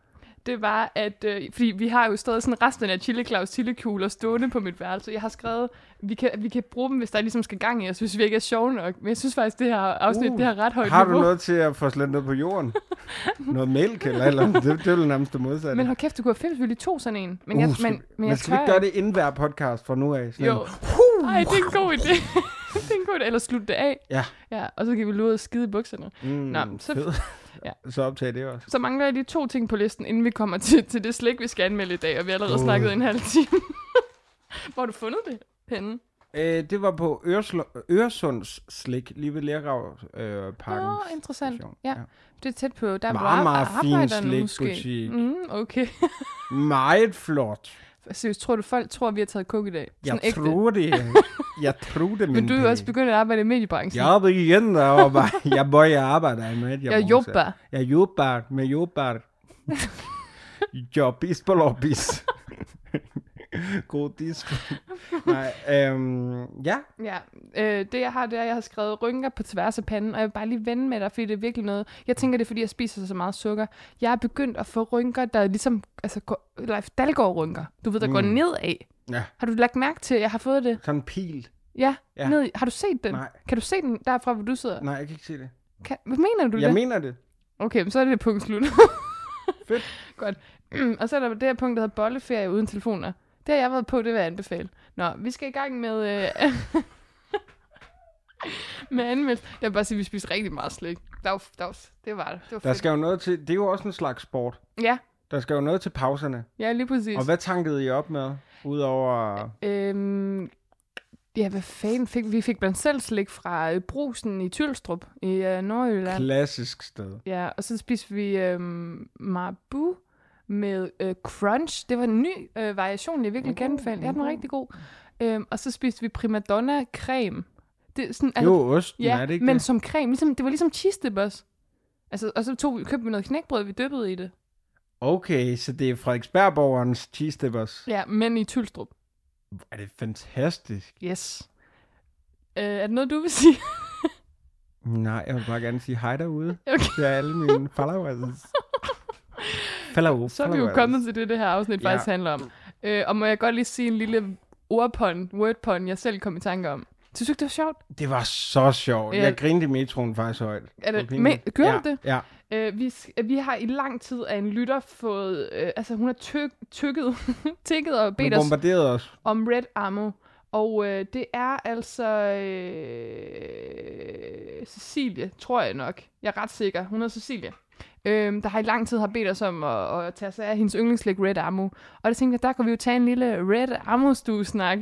Speaker 1: det var, at... fordi vi har jo stadig sådan resten af Chili Claus chili-kugler stående på mit værelse. Jeg har skrevet, vi kan bruge dem, hvis der ligesom skal gang i. Jeg synes, vi ikke er sjove nok. Men jeg synes faktisk, det her afsnit, det har ret højt
Speaker 2: Har
Speaker 1: niveau.
Speaker 2: du noget til at få slet ned på jorden? Noget mælk eller det er jo nærmest det modsatte.
Speaker 1: Men hold kæft, du kunne have fedt, hvis vi tog sådan en. Men jeg
Speaker 2: skal vi ikke gøre det inden hver podcast fra nu af?
Speaker 1: Jo. Ej, det er en god idé. Det er en god idé. Eller slutte det af. Ja, og så kan vi løbe ud og skide i bukserne. Nå, så...
Speaker 2: Ja. Så optager det også.
Speaker 1: Så mangler jeg lige 2 ting på listen, inden vi kommer til det slik, vi skal anmelde i dag, og vi har allerede snakket en halv time. Hvor har du fundet det henne?
Speaker 2: Det var på Øresunds slik, lige ved Lergrav-parken.
Speaker 1: Interessant. Ja. Det er tæt på, der
Speaker 2: meget fin slikbutik.
Speaker 1: Okay.
Speaker 2: Meget flot.
Speaker 1: Seriøst, tror du, folk tror, vi har taget kok i dag?
Speaker 2: Jeg tror det.
Speaker 1: Men du er jo også begyndt at arbejde i mediebranchen.
Speaker 2: Jeg begyndt at arbejde. Jeg arbejder i mediebranchen. Jeg jobber med jobber. Jobbis på lobbis. God disk. Nej, ja. Det jeg har, det er, at jeg har skrevet rynker på tværs af panden, og jeg vil bare lige vende med dig, fordi det er virkelig noget. Jeg tænker, det er, fordi jeg spiser så meget sukker. Jeg er begyndt at få rynker, der ligesom, altså Leif Dalgaard-rynker. Du ved, der går nedad. Ja. Har du lagt mærke til, at jeg har fået det? Sådan en pil.
Speaker 1: Ja. Ned. Har du set den?
Speaker 2: Nej.
Speaker 1: Kan du se den derfra, hvor du sidder?
Speaker 2: Nej, jeg kan ikke se det.
Speaker 1: Hvad mener du det?
Speaker 2: Jeg mener det.
Speaker 1: Okay, men så er det punkt slut.
Speaker 2: Fedt.
Speaker 1: Godt. Og så er der det her punkt, der hedder bolleferie uden telefoner. Det har jeg været på, det vil jeg anbefale. Nå, vi skal i gang med... med anmeldelse. Jeg vil bare sige, at vi spiser rigtig meget slik. Det var fedt.
Speaker 2: Der skal jo noget til... Det er jo også en slags sport.
Speaker 1: Ja.
Speaker 2: Der skal jo noget til pauserne.
Speaker 1: Ja, lige præcis.
Speaker 2: Og hvad tankede I op med, udover...
Speaker 1: Ja, hvad fanden fik vi? Fik blandt selv slik fra Brugsen i Tylstrup i Nordjylland.
Speaker 2: Klassisk sted.
Speaker 1: Ja, og så spiste vi Marabu med crunch. Det var en ny variation, jeg virkelig kan anbefale. Ja, den var rigtig god. Og så spiste vi primadonna creme. Det er sådan, altså,
Speaker 2: jo, osten,
Speaker 1: ja,
Speaker 2: er det ikke
Speaker 1: men
Speaker 2: det?
Speaker 1: som creme. Ligesom, det var ligesom cheese dip også. Altså, og så købte vi noget knækbrød, vi dyppede i det.
Speaker 2: Okay, så det er Frederiksbergborgerens cheese dip også. Ja,
Speaker 1: men i Tylstrup.
Speaker 2: Er det fantastisk?
Speaker 1: Yes. Er det noget, du vil sige?
Speaker 2: Nej, jeg vil bare gerne sige hej derude.
Speaker 1: Okay.
Speaker 2: Det er alle mine followers.
Speaker 1: Så er vi jo kommet til det her afsnit faktisk handler om. Og må jeg godt lige sige en lille wordpun, jeg selv kom i tanke om. Synes du ikke, det var sjovt?
Speaker 2: Det var så sjovt. Jeg grinede i metroen faktisk højt.
Speaker 1: Gør du det?
Speaker 2: Ja.
Speaker 1: Vi har i lang tid af en lytter fået... altså, hun har tækket og bedt os om Red Ammo. Og det er altså Cecilie, tror jeg nok. Jeg er ret sikker. Hun er Cecilie. Der har i lang tid bedt os om at tage sig af hendes yndlingsslik Red Ammo. Og det tænkte jeg, der kan vi jo tage en lille Red Ammo-stue-snak.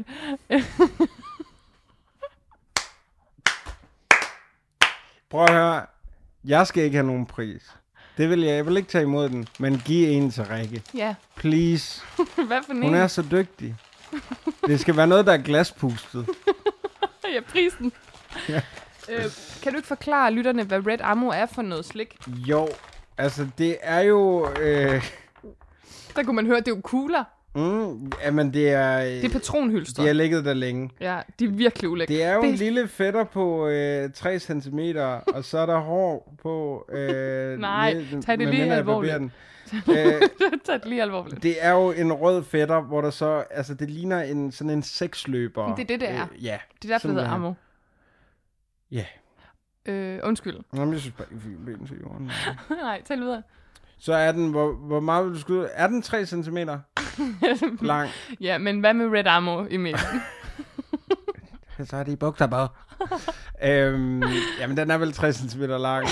Speaker 2: Prøv at høre. Jeg skal ikke have nogen pris. Det vil jeg vil ikke tage imod den, men giv en til Rikke.
Speaker 1: Ja.
Speaker 2: Please.
Speaker 1: Hvad for en?
Speaker 2: Hun er så dygtig. Det skal være noget, der er glaspustet.
Speaker 1: Ja, prisen.
Speaker 2: Ja.
Speaker 1: Kan du ikke forklare lytterne, hvad Red Ammo er for noget slik?
Speaker 2: Jo, altså det er jo...
Speaker 1: Der kunne man høre, det er jo kugler.
Speaker 2: Jamen det er...
Speaker 1: Det er patronhylster.
Speaker 2: De har ligget der længe.
Speaker 1: Ja, de er virkelig ulækre.
Speaker 2: Det er jo en lille fætter på 3 cm, og så er der hår på...
Speaker 1: Nej, tag det lige alvorligt. Tag det lige alvorligt.
Speaker 2: Det er jo en rød fætter, hvor der så... Altså det ligner sådan en seksløber.
Speaker 1: Det er det er.
Speaker 2: Ja.
Speaker 1: Det er derfor, det hedder Ammo.
Speaker 2: Ja.
Speaker 1: Undskyld.
Speaker 2: Nå, men jeg synes bare, I fik ben til jorden.
Speaker 1: Nej, tag videre.
Speaker 2: Så er den, hvor meget vil du skyde? Er den 3 cm lang?
Speaker 1: Ja, men hvad med Red Ammo i midten?
Speaker 2: Så er det i bukser på. Jamen, den er vel 3 cm lang.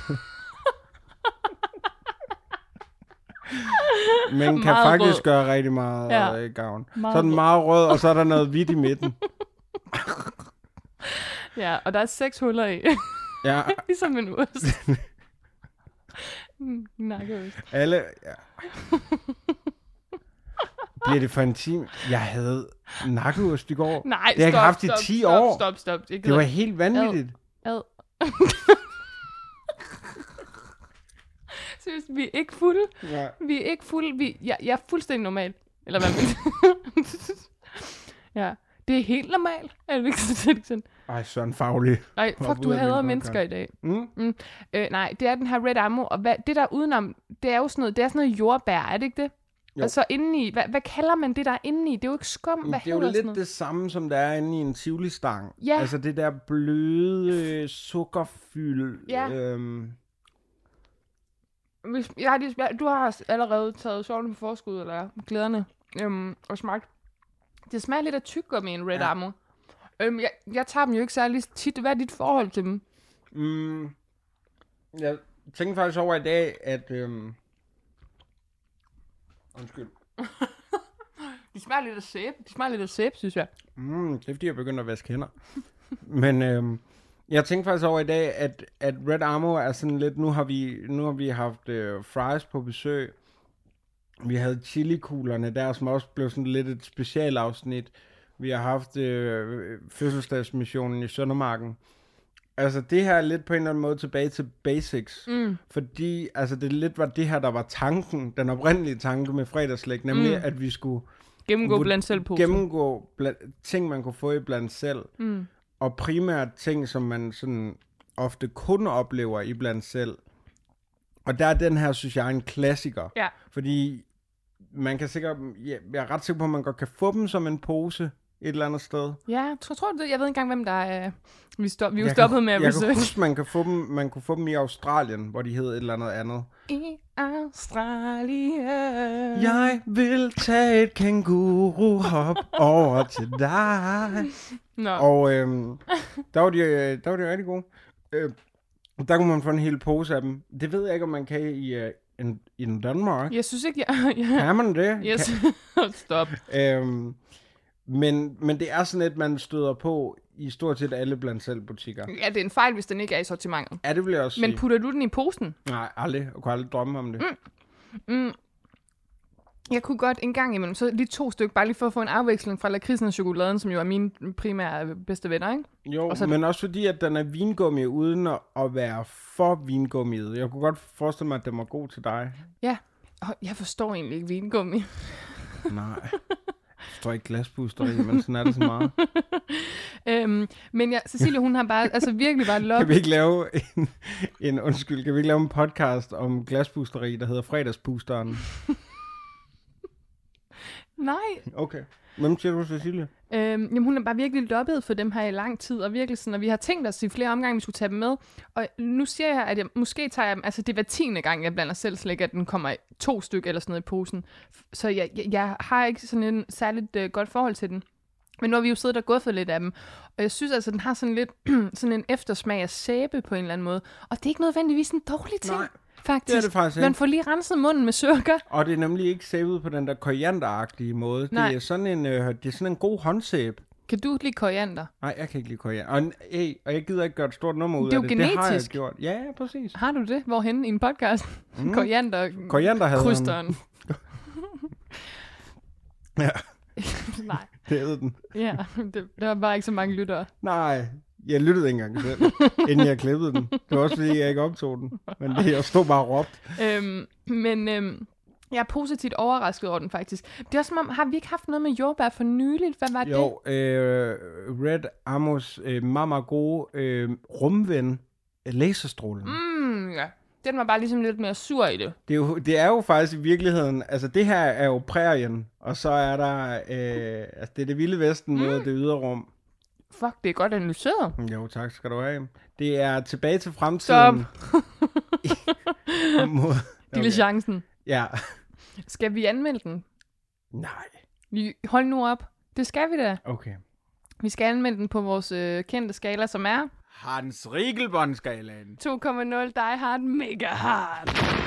Speaker 2: Men kan
Speaker 1: meget
Speaker 2: faktisk
Speaker 1: rød.
Speaker 2: gøre rigtig meget gavn.
Speaker 1: Meget
Speaker 2: så er den meget rød, og så er der noget hvidt i midten.
Speaker 1: Ja, og der er 6 huller i.
Speaker 2: Ja.
Speaker 1: Ligesom en ost. Nakkeost.
Speaker 2: Alle... Ja. Bliver det for en time? Jeg havde nakkeost i går.
Speaker 1: Nej,
Speaker 2: det har jeg haft i 10 år.
Speaker 1: Stop.
Speaker 2: Det var helt vanvittigt.
Speaker 1: Ad. Seriøst, vi er ikke fulde.
Speaker 2: Ja.
Speaker 1: Vi er ikke fulde. Jeg er fuldstændig normal. Eller hvad man Ja, det er helt normalt. Er det ikke sådan?
Speaker 2: Ej, sådan faglig.
Speaker 1: Nej, fuck, du hader mennesker i dag. Nej, det er den her Red Ammo. Og det der udenom, det er jo sådan noget jordbær, er det ikke det?
Speaker 2: Jo.
Speaker 1: Og så indeni, hvad kalder man det der indeni? Det er jo ikke skum, hvad
Speaker 2: det er jo
Speaker 1: hedder
Speaker 2: lidt det samme, som der er inde i en tivoli-stang.
Speaker 1: Ja.
Speaker 2: Altså det der bløde sukkerfyld.
Speaker 1: Ja. Du har allerede taget sovlen på forskud, eller glæderne, og smagt. Det smager lidt af tyggegummi i en Red Armour. Jeg tager dem jo ikke særlig tit. Hvad er dit forhold til dem?
Speaker 2: Jeg tænkte faktisk over i dag, at... Undskyld.
Speaker 1: De smager lidt af sæbe. Synes jeg.
Speaker 2: Det er fordi, jeg begynder at vaske hænder. Men jeg tænkte faktisk over i dag, at Red Armour er sådan lidt... Nu har vi haft fries på besøg. Vi havde chilikuglerne der, som også blev sådan lidt et specialafsnit. Vi har haft fødselsdagsmissionen i Søndermarken. Altså det her er lidt på en eller anden måde tilbage til basics. Fordi altså det lidt var det her, der var tanken, den oprindelige tanke med fredagslæg, nemlig at vi skulle
Speaker 1: gennemgå blandt selv-poser.
Speaker 2: Gennemgå ting, man kunne få i blandt selv. Og primært ting, som man sådan ofte kun oplever i blandt selv. Og der er den her, synes jeg, en klassiker.
Speaker 1: Ja.
Speaker 2: Fordi man kan sikkert, jeg er ret sikker på, at man godt kan få dem som en pose et eller andet sted.
Speaker 1: Ja, tror du det? Jeg ved ikke engang, hvem der er... Vi er jo stoppet med at besøge.
Speaker 2: Jeg kan huske, man kunne få dem i Australien, hvor de hed et eller andet.
Speaker 1: I Australien.
Speaker 2: Jeg vil tage et kænguru-hop over til dig.
Speaker 1: Nå.
Speaker 2: Og der var de rigtig gode. Der kunne man få en hel pose af dem. Det ved jeg ikke, om man kan i Danmark.
Speaker 1: Jeg synes ikke,
Speaker 2: Kan man det?
Speaker 1: Yes. Stop.
Speaker 2: Men det er sådan et, man støder på i stort set alle blandt selv butikker.
Speaker 1: Ja, det er en fejl, hvis den ikke er i sortimentet.
Speaker 2: Ja, det vil jeg også sige.
Speaker 1: Men putter du den i posen?
Speaker 2: Nej, aldrig. Jeg kunne aldrig drømme om det.
Speaker 1: Jeg kunne godt en gang imellem, så lige 2 stykker, bare lige for at få en afveksling fra lakridsen og chokoladen, som jo er mine primære bedste venner, ikke?
Speaker 2: Jo, men også fordi, at den er vingummi uden at være for vingummiet. Jeg kunne godt forestille mig, at den var god til dig.
Speaker 1: Ja, jeg forstår egentlig ikke vingummi.
Speaker 2: Nej. Jeg forstår ikke glaspusteri, men sådan er det så meget.
Speaker 1: Men ja, Cecilie, hun har bare, altså virkelig bare lukket.
Speaker 2: Kan vi ikke lave kan vi ikke lave en podcast om glaspusteri, der hedder Fredagspusteren?
Speaker 1: Nej.
Speaker 2: Okay. Hvem siger du, Cecilie?
Speaker 1: Jamen, hun er bare virkelig loppet for dem her i lang tid, og virkelig sådan, og vi har tænkt os i flere omgange, vi skulle tage dem med. Og nu siger jeg, at jeg måske tager dem, altså det var 10. gang, jeg blander selv slik, at den kommer 2 stykker eller sådan noget i posen. Så jeg har ikke sådan en særligt godt forhold til den. Men nu har vi jo siddet og gået for lidt af dem, og jeg synes altså, den har sådan lidt sådan en eftersmag af sæbe på en eller anden måde. Og det er ikke nødvendigvis en dårlig ting.
Speaker 2: Nej.
Speaker 1: Faktisk.
Speaker 2: Det er det faktisk ikke.
Speaker 1: Man får lige renset munden med sukker.
Speaker 2: Og det er nemlig ikke sæbet på den der korianderagtige måde.
Speaker 1: Nej.
Speaker 2: Det er sådan en god håndsæb.
Speaker 1: Kan du lide koriander?
Speaker 2: Nej, jeg kan ikke lide koriander. Og jeg gider ikke gøre et stort nummer ud
Speaker 1: det
Speaker 2: af det.
Speaker 1: Genetisk.
Speaker 2: Det har jeg gjort. Ja, præcis.
Speaker 1: Har du det? Hvorhen i en podcast?
Speaker 2: Korianderhaderen.
Speaker 1: Ja.
Speaker 2: Nej. Det hed den.
Speaker 1: Ja, der var bare ikke så mange lyttere.
Speaker 2: Nej, jeg lyttede ikke engang selv, inden jeg klippede den. Det var også fordi, jeg ikke optog den. Men jeg stod bare og råbte.
Speaker 1: Jeg er positivt overrasket over den, faktisk. Det er også som om, har vi ikke haft noget med jordbær for nyligt? Hvad var det?
Speaker 2: Jo, Red Armours meget gode rumven laserstrålen.
Speaker 1: Ja. Den var bare ligesom lidt mere sur i det.
Speaker 2: Det er jo faktisk i virkeligheden, altså det her er jo prærien, og så er der, altså det er det vilde vesten mod det ydre rum.
Speaker 1: Fuck, det er godt analyseret.
Speaker 2: Jo, tak skal du have. Det er tilbage til fremtiden.
Speaker 1: Stop. Diligencen.
Speaker 2: Ja.
Speaker 1: Skal vi anmelde den?
Speaker 2: Nej.
Speaker 1: Hold nu op. Det skal vi da.
Speaker 2: Okay.
Speaker 1: Vi skal anmelde den på vores kendte skala, som er...
Speaker 2: Hans Riegelbånd-skalaen.
Speaker 1: 2,0 Die Hard Mega Hard.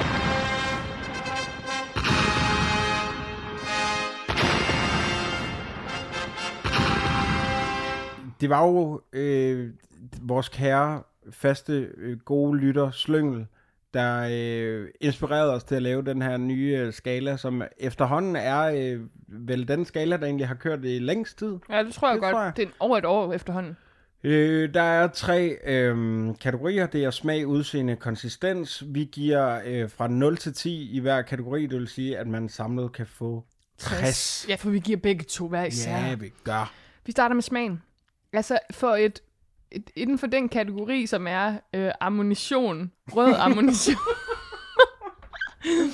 Speaker 2: Det var jo vores kære, faste, gode lytter, Slyngel, der inspirerede os til at lave den her nye skala, som efterhånden er vel den skala, der egentlig har kørt i længst tid.
Speaker 1: Ja, det tror jeg godt. Det er over et år efterhånden.
Speaker 2: Der er 3 kategorier. Det er smag, udseende, konsistens. Vi giver fra 0 til 10 i hver kategori. Det vil sige, at man samlet kan få 60.
Speaker 1: Ja, for vi giver begge 2 hver især.
Speaker 2: Ja, vi gør.
Speaker 1: Vi starter med smagen. Altså for inden for den kategori, som er ammunition, rød ammunition,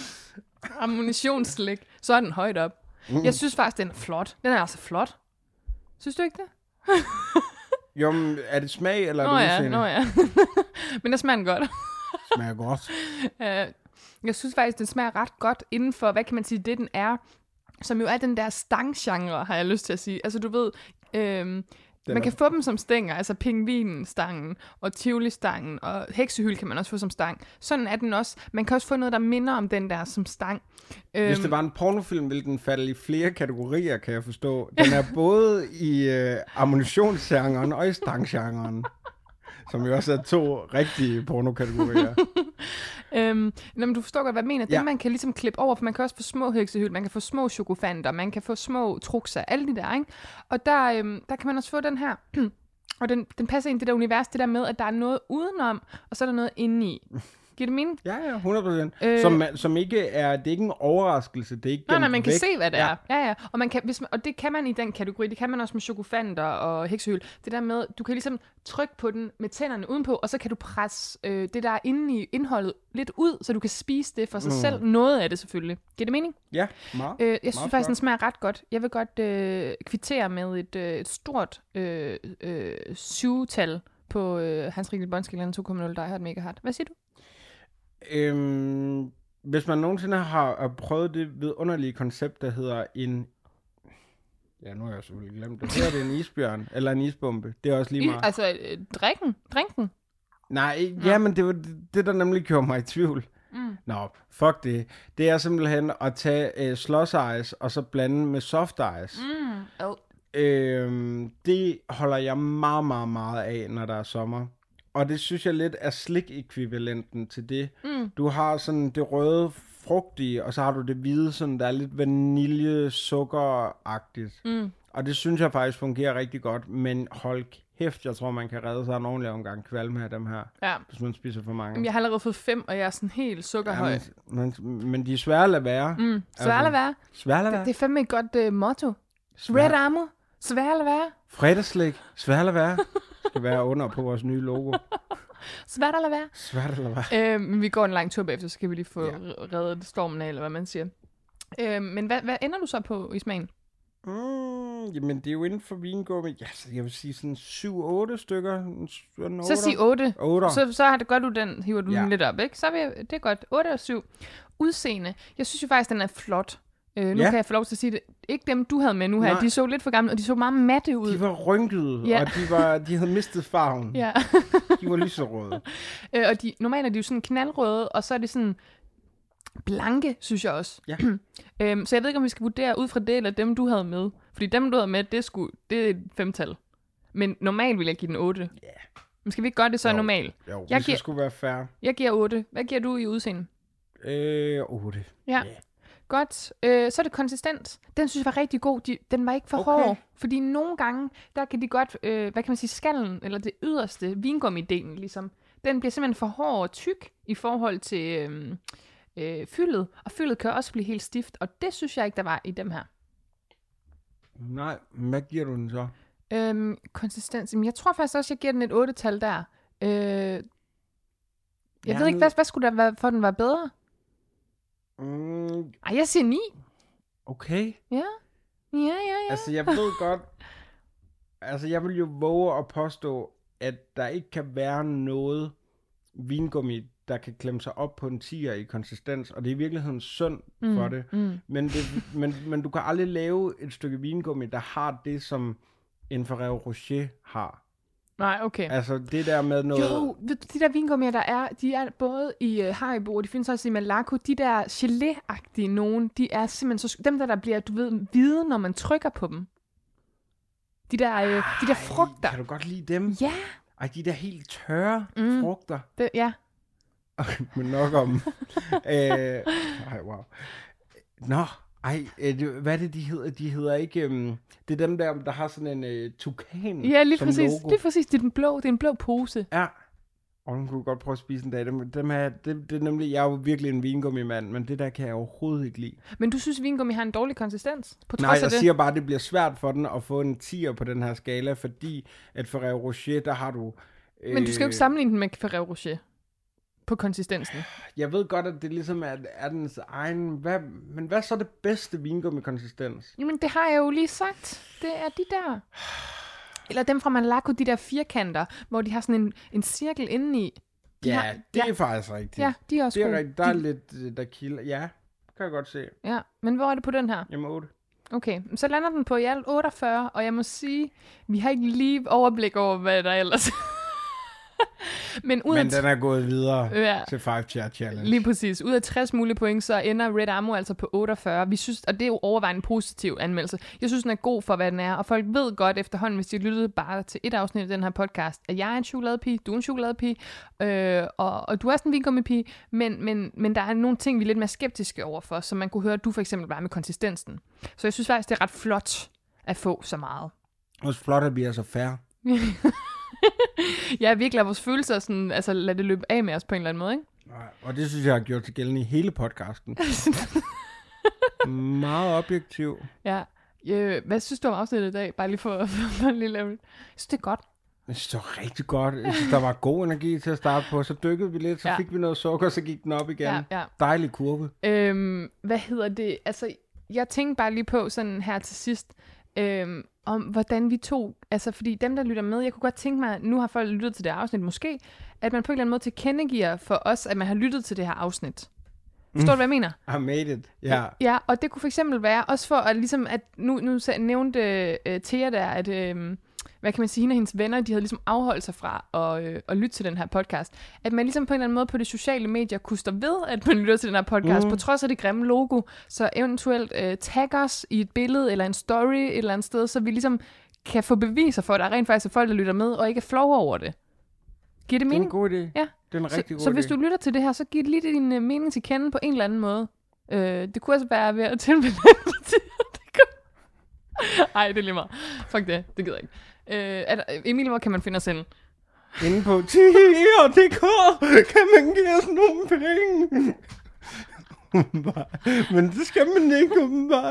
Speaker 1: Ammunitionsslik. Så er den højt op. Jeg synes faktisk, den er flot. Den er altså flot. Synes du ikke det?
Speaker 2: Jo, men er det smag, eller er det udseende?
Speaker 1: Nå ja. Men det smager den godt.
Speaker 2: Smager godt.
Speaker 1: Jeg synes faktisk, den smager ret godt inden for, hvad kan man sige, det den er, som jo er den der stanggenre, har jeg lyst til at sige. Altså du ved, man kan få dem som stænger, altså pingvinstangen og tivolistangen og heksehyld kan man også få som stang. Sådan er den også. Man kan også få noget, der minder om den der som stang.
Speaker 2: Hvis det var en pornofilm, ville den falde i flere kategorier, kan jeg forstå. Den er både i ammunitionsgenren og i stanggenren, som jo også er 2 rigtige pornokategorier.
Speaker 1: Men du forstår godt, hvad jeg mener. Det man kan ligesom klippe over, for man kan også få små heksehyld, man kan få små chokofanter, man kan få små trukser, alle de der, ikke? Og der kan man også få den her, og den passer ind i det der univers, det der med, at der er noget udenom, og så er der noget indeni. Giver det mening?
Speaker 2: Ja, 100%. Som ikke er, det er ikke en overraskelse, det er ikke
Speaker 1: nej, man kan se, hvad det er. Ja. Og, og det kan man i den kategori, det kan man også med chokofanter og heksehyld. Det der med, du kan ligesom trykke på den med tænderne udenpå, og så kan du presse det der inde i indholdet lidt ud, så du kan spise det for sig selv. Noget af det selvfølgelig. Giver det mening?
Speaker 2: Ja, meget.
Speaker 1: Jeg synes faktisk, den smager ret godt. Jeg vil godt kvittere med et stort 7-tal på Hans Rikkel Båndskillen 2.0, der har mega hardt. Hvad siger du?
Speaker 2: Hvis man nogensinde har prøvet det vidunderlige koncept, der hedder en... Ja, nu har jeg selvfølgelig glemt det. Hedder det en isbjørn eller en isbombe? Det er også lige meget.
Speaker 1: Altså, drinken?
Speaker 2: Nej, ja, men det var det, der nemlig gjorde mig i tvivl. Nå, fuck det. Det er simpelthen at tage slush ice og så blande med soft ice. Det holder jeg meget, meget, meget af, når der er sommer. Og det synes jeg lidt er slik-ekvivalenten til det. Du har sådan det røde, frugtige, og så har du det hvide, sådan der er lidt vanilje-sukker-agtigt. Og det synes jeg faktisk fungerer rigtig godt, men hold kæft, jeg tror, man kan redde sig en ordentlig omgang kvalme af dem her, hvis man spiser for mange.
Speaker 1: Jeg har allerede fået 5, og jeg er sådan helt sukkerhøj.
Speaker 2: Ja, men de er svære at lade være.
Speaker 1: Svære at lade være? Det er fandme et godt motto. Red Armor, svære at lade være.
Speaker 2: Fredagsslik, svære at lade være. Skal være under på vores nye logo.
Speaker 1: Svært at lade være.
Speaker 2: Svært at lade være.
Speaker 1: Men vi går en lang tur bagefter, så skal vi lige få reddet stormen af, eller hvad man siger. Men hvad ender du så på i smagen?
Speaker 2: Jamen, det er jo inden for vingummi. Ja, så jeg vil sige sådan 7-8 stykker.
Speaker 1: Så sig 8.
Speaker 2: 8.
Speaker 1: Så har det godt, hiver du den lidt op, ikke? Så er det er godt. 8 og 7. Udseende. Jeg synes jo faktisk, den er flot. Nu kan jeg få lov til at sige det. Ikke dem, du havde med nu her. Nej. De så lidt for gamle, og de så meget matte ud.
Speaker 2: De var rynkede, og de havde mistet farven.
Speaker 1: Ja.
Speaker 2: De var lyserøde.
Speaker 1: Og normalt er de jo sådan knaldrøde, og så er det sådan blanke, synes jeg også. Ja. Så jeg ved ikke, om vi skal vurdere ud fra det, eller dem, du havde med. Fordi dem, du havde med, det er et 5-tal. Men normalt vil jeg give den 8. Ja. Men skal vi ikke gøre det så normalt?
Speaker 2: Jo, hvis det skulle være fair.
Speaker 1: Jeg giver 8. Hvad giver du i udseende?
Speaker 2: 8.
Speaker 1: Ja. Godt. Så er det konsistens. Den synes jeg var rigtig god. Den var ikke for hård. Fordi nogle gange, der kan de godt, hvad kan man sige, skallen, eller det yderste, vingummidelen ligesom, den bliver simpelthen for hård og tyk i forhold til fyldet. Og fyldet kan også blive helt stift. Og det synes jeg ikke, der var i dem her.
Speaker 2: Nej, hvad giver du den så?
Speaker 1: Konsistens. Jeg tror faktisk også, jeg giver den et 8-tal der. Jeg ved ikke, hvad skulle der være, for den var bedre? Jeg siger 9.
Speaker 2: Okay.
Speaker 1: Ja.
Speaker 2: Altså, jeg ved godt... Altså, jeg vil jo våge at påstå, at der ikke kan være noget vingummi, der kan klemme sig op på en 10'er i konsistens, og det er i virkeligheden synd for det. Men du kan aldrig lave et stykke vingummi, der har det, som en Ferrero Rocher har.
Speaker 1: Nej, okay.
Speaker 2: Altså, det der med noget...
Speaker 1: Jo, de der vingummier, der er, de er både i Haribo, og de findes også i Malaco. De der gelé-agtige nogen, de er simpelthen så... Dem der bliver, du ved, hvide, når man trykker på dem. De der frugter.
Speaker 2: Kan du godt lide dem?
Speaker 1: Ja.
Speaker 2: Ej, de der helt tørre frugter.
Speaker 1: Ja.
Speaker 2: Men nok om... Ej, wow. Nå, hvad er det, de hedder? De hedder ikke... det er dem der har sådan en tukan.
Speaker 1: Ja, lige præcis. Logo. Lige præcis. Det er en blå pose.
Speaker 2: Ja. Og den kunne godt prøve at spise en dag. Det er nemlig... Jeg er jo virkelig en vingummimand, men det der kan jeg overhovedet ikke lide.
Speaker 1: Men du synes, vingummi har en dårlig konsistens?
Speaker 2: Nej, jeg siger bare, at det bliver svært for den at få en 10'er på den her skala, fordi at Ferrero Rocher, der har du...
Speaker 1: Men du skal jo ikke sammenligne den med Ferrero Rocher. på konsistensen.
Speaker 2: Jeg ved godt, at det ligesom er dens egen... Men hvad er så det bedste vingummi-konsistens?
Speaker 1: Jamen, det har jeg jo lige sagt. Det er de der. Eller dem fra Malaco, de der firkanter, hvor de har sådan en cirkel indeni.
Speaker 2: Det er faktisk rigtigt.
Speaker 1: Ja, de er også gode.
Speaker 2: Rigtigt. Der er lidt, der kilder. Ja, kan jeg godt se.
Speaker 1: Ja, men hvor er det på den her?
Speaker 2: Jamen 8.
Speaker 1: Okay, så lander den på i alt 48, og jeg må sige, vi har ikke lige overblik over, hvad der ellers Men den
Speaker 2: er gået videre til 5 Chair Challenge.
Speaker 1: Lige præcis. Ud af 60 mulige point, så ender Red Armo altså på 48. Vi synes, og det er jo overvejende positiv anmeldelse. Jeg synes, den er god for, hvad den er, og folk ved godt efterhånden, hvis de lyttede bare til et afsnit af den her podcast, at jeg er en chokoladepige, du er en chokoladepige, og du er sådan en vingummipige, men der er nogle ting, vi er lidt mere skeptiske overfor, som man kunne høre, at du for eksempel var med konsistensen. Så jeg synes faktisk, det er ret flot at få så meget.
Speaker 2: Også flot, at vi er så fair.
Speaker 1: Ja, virkelig lader vores følelser sådan, altså lad det løbe af med os på en eller anden måde, ikke?
Speaker 2: Nej, og det synes jeg har gjort til gældende i hele podcasten. Meget objektiv.
Speaker 1: Ja. Hvad synes du om afsnittet i dag? Bare lige for en lille level. Jeg synes, det er godt.
Speaker 2: Jeg synes, det var rigtig godt. Jeg synes, der var god energi til at starte på. Så dykkede vi lidt, så fik vi noget sukker, så gik den op igen. Ja. Dejlig kurve.
Speaker 1: Hvad hedder det? Altså, jeg tænkte bare lige på sådan her til sidst, om hvordan vi tog, altså fordi dem, der lytter med, jeg kunne godt tænke mig, nu har folk lyttet til det her afsnit, måske, at man på en eller anden måde tilkendegiver for os, at man har lyttet til det her afsnit. Forstår du, hvad jeg mener?
Speaker 2: I made it, ja.
Speaker 1: Ja, og det kunne for eksempel være, også for at ligesom, at nu nævnte Thea der, at, hvad kan man sige, hende og hendes venner, de havde ligesom afholdt sig fra at lytte til den her podcast. At man ligesom på en eller anden måde på de sociale medier kunne stå ved, at man lytter til den her podcast, på trods af det grimme logo, så eventuelt tag os i et billede eller en story et eller andet sted, så vi ligesom kan få beviser for, at der rent faktisk er folk, der lytter med, og ikke er flove over det. Giver det mening?
Speaker 2: Det er en god idé.
Speaker 1: Ja.
Speaker 2: Det er en rigtig god idé.
Speaker 1: Så hvis du lytter til det her, så giv lige din mening til kende på en eller anden måde. Det kunne også være ved at tilmelde Ej, det er lige meget. Fuck det gider jeg ikke. Emil, hvor kan man finde os henne?
Speaker 2: Inde på tier.dk kan man give os nogle penge. Men det skal man ikke, åbenbart.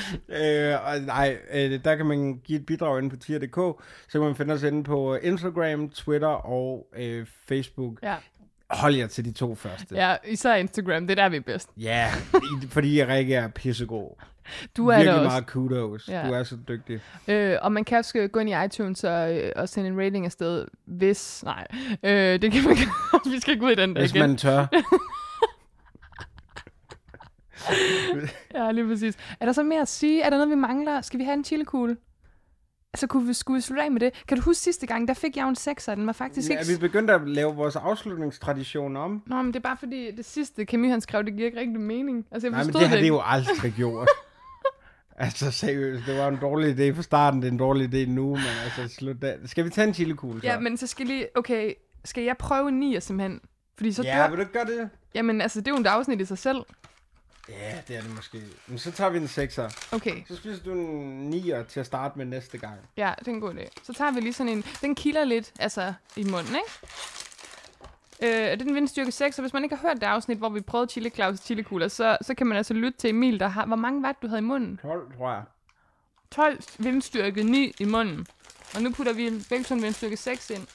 Speaker 2: Der kan man give et bidrag inde på tier.dk. Så kan man finde os inde på Instagram, Twitter og Facebook. Ja. Hold jer til de 2 første.
Speaker 1: Ja, især Instagram, det er der, vi er bedst.
Speaker 2: Ja, fordi Rikke er pissegod.
Speaker 1: Du er
Speaker 2: virkelig
Speaker 1: også
Speaker 2: meget kudos. Ja. Du er så dygtig.
Speaker 1: Og man kan også gå ind i iTunes og sende en rating afsted, hvis... Nej, det kan man vi skal gå ud i den der
Speaker 2: hvis
Speaker 1: igen.
Speaker 2: Man tør.
Speaker 1: Ja, lige præcis. Er der så mere at sige? Er der noget, vi mangler? Skal vi have en chilikugle? Altså, skulle vi slutte af med det? Kan du huske sidste gang, der fik jeg jo en 6'er, den var faktisk ikke...
Speaker 2: Ja, vi begyndte at lave vores afslutningstradition om.
Speaker 1: Nå, men det er bare fordi, det sidste Camille, han skrev, det giver ikke rigtig mening. Altså,
Speaker 2: nej, men det har det jo aldrig gjort. Altså, seriøst, det var en dårlig idé fra starten, det er en dårlig idé nu, men altså, slut af. Skal vi tage en chilikugle så?
Speaker 1: Ja, men så skal lige... Okay, skal jeg prøve en 9'er simpelthen? Fordi så
Speaker 2: ja, vil du gøre det?
Speaker 1: Jamen, altså, det er jo en afsnit i sig selv.
Speaker 2: Ja, det er det måske. Men så tager vi en 6'er.
Speaker 1: Okay.
Speaker 2: Så spiser du en 9'er til at starte med næste gang.
Speaker 1: Ja, det er en god idé. Så tager vi lige sådan en... Den kilder lidt, altså, i munden, ikke? Det er den vindstyrke 6, så hvis man ikke har hørt det afsnit, hvor vi prøvede Chili Claus chili-kugler, så kan man altså lytte til Emil, der har... Hvor mange watt du havde i munden?
Speaker 2: 12, tror jeg.
Speaker 1: 12 vindstyrke 9 i munden. Og nu putter vi begge sådan vindstyrke 6 ind.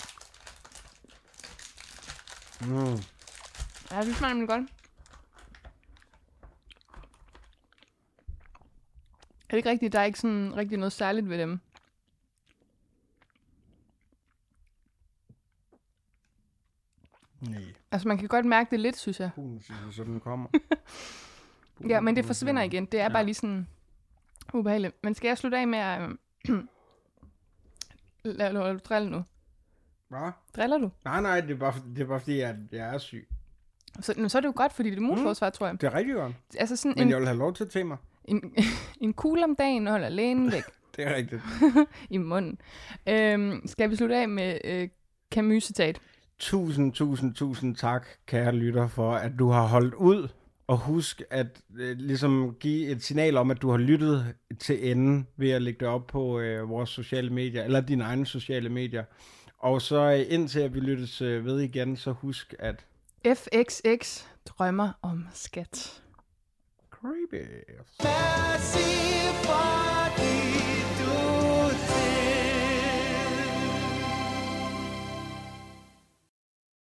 Speaker 1: Ja, det smager nemlig godt. Er det ikke rigtigt? Der er ikke sådan rigtig noget særligt ved dem.
Speaker 2: Nej.
Speaker 1: Altså, man kan godt mærke det lidt, synes jeg.
Speaker 2: Så den kommer.
Speaker 1: Ja, men det forsvinder igen. Det er bare lige sådan ubehageligt. Men skal jeg slutte af med at... Lader du drille nu?
Speaker 2: Hvad?
Speaker 1: Driller du?
Speaker 2: Nej, det er bare fordi, at jeg er syg.
Speaker 1: Så er det jo godt, fordi det er immunforsvar, tror jeg.
Speaker 2: Det er rigtig godt.
Speaker 1: Altså sådan
Speaker 2: men jeg vil have lov til at tage mig.
Speaker 1: En kugle om dagen holder lægen væk.
Speaker 2: Det er rigtigt.
Speaker 1: I munden. Skal vi slutte af med Camus-citat?
Speaker 2: Tusind tak, kære lytter, for at du har holdt ud. Og husk at ligesom give et signal om, at du har lyttet til enden ved at lægge det op på vores sociale medier, eller dine egne sociale medier. Og så indtil at vi lyttes ved igen, så husk at...
Speaker 1: FXX drømmer om skat.
Speaker 2: Creepy.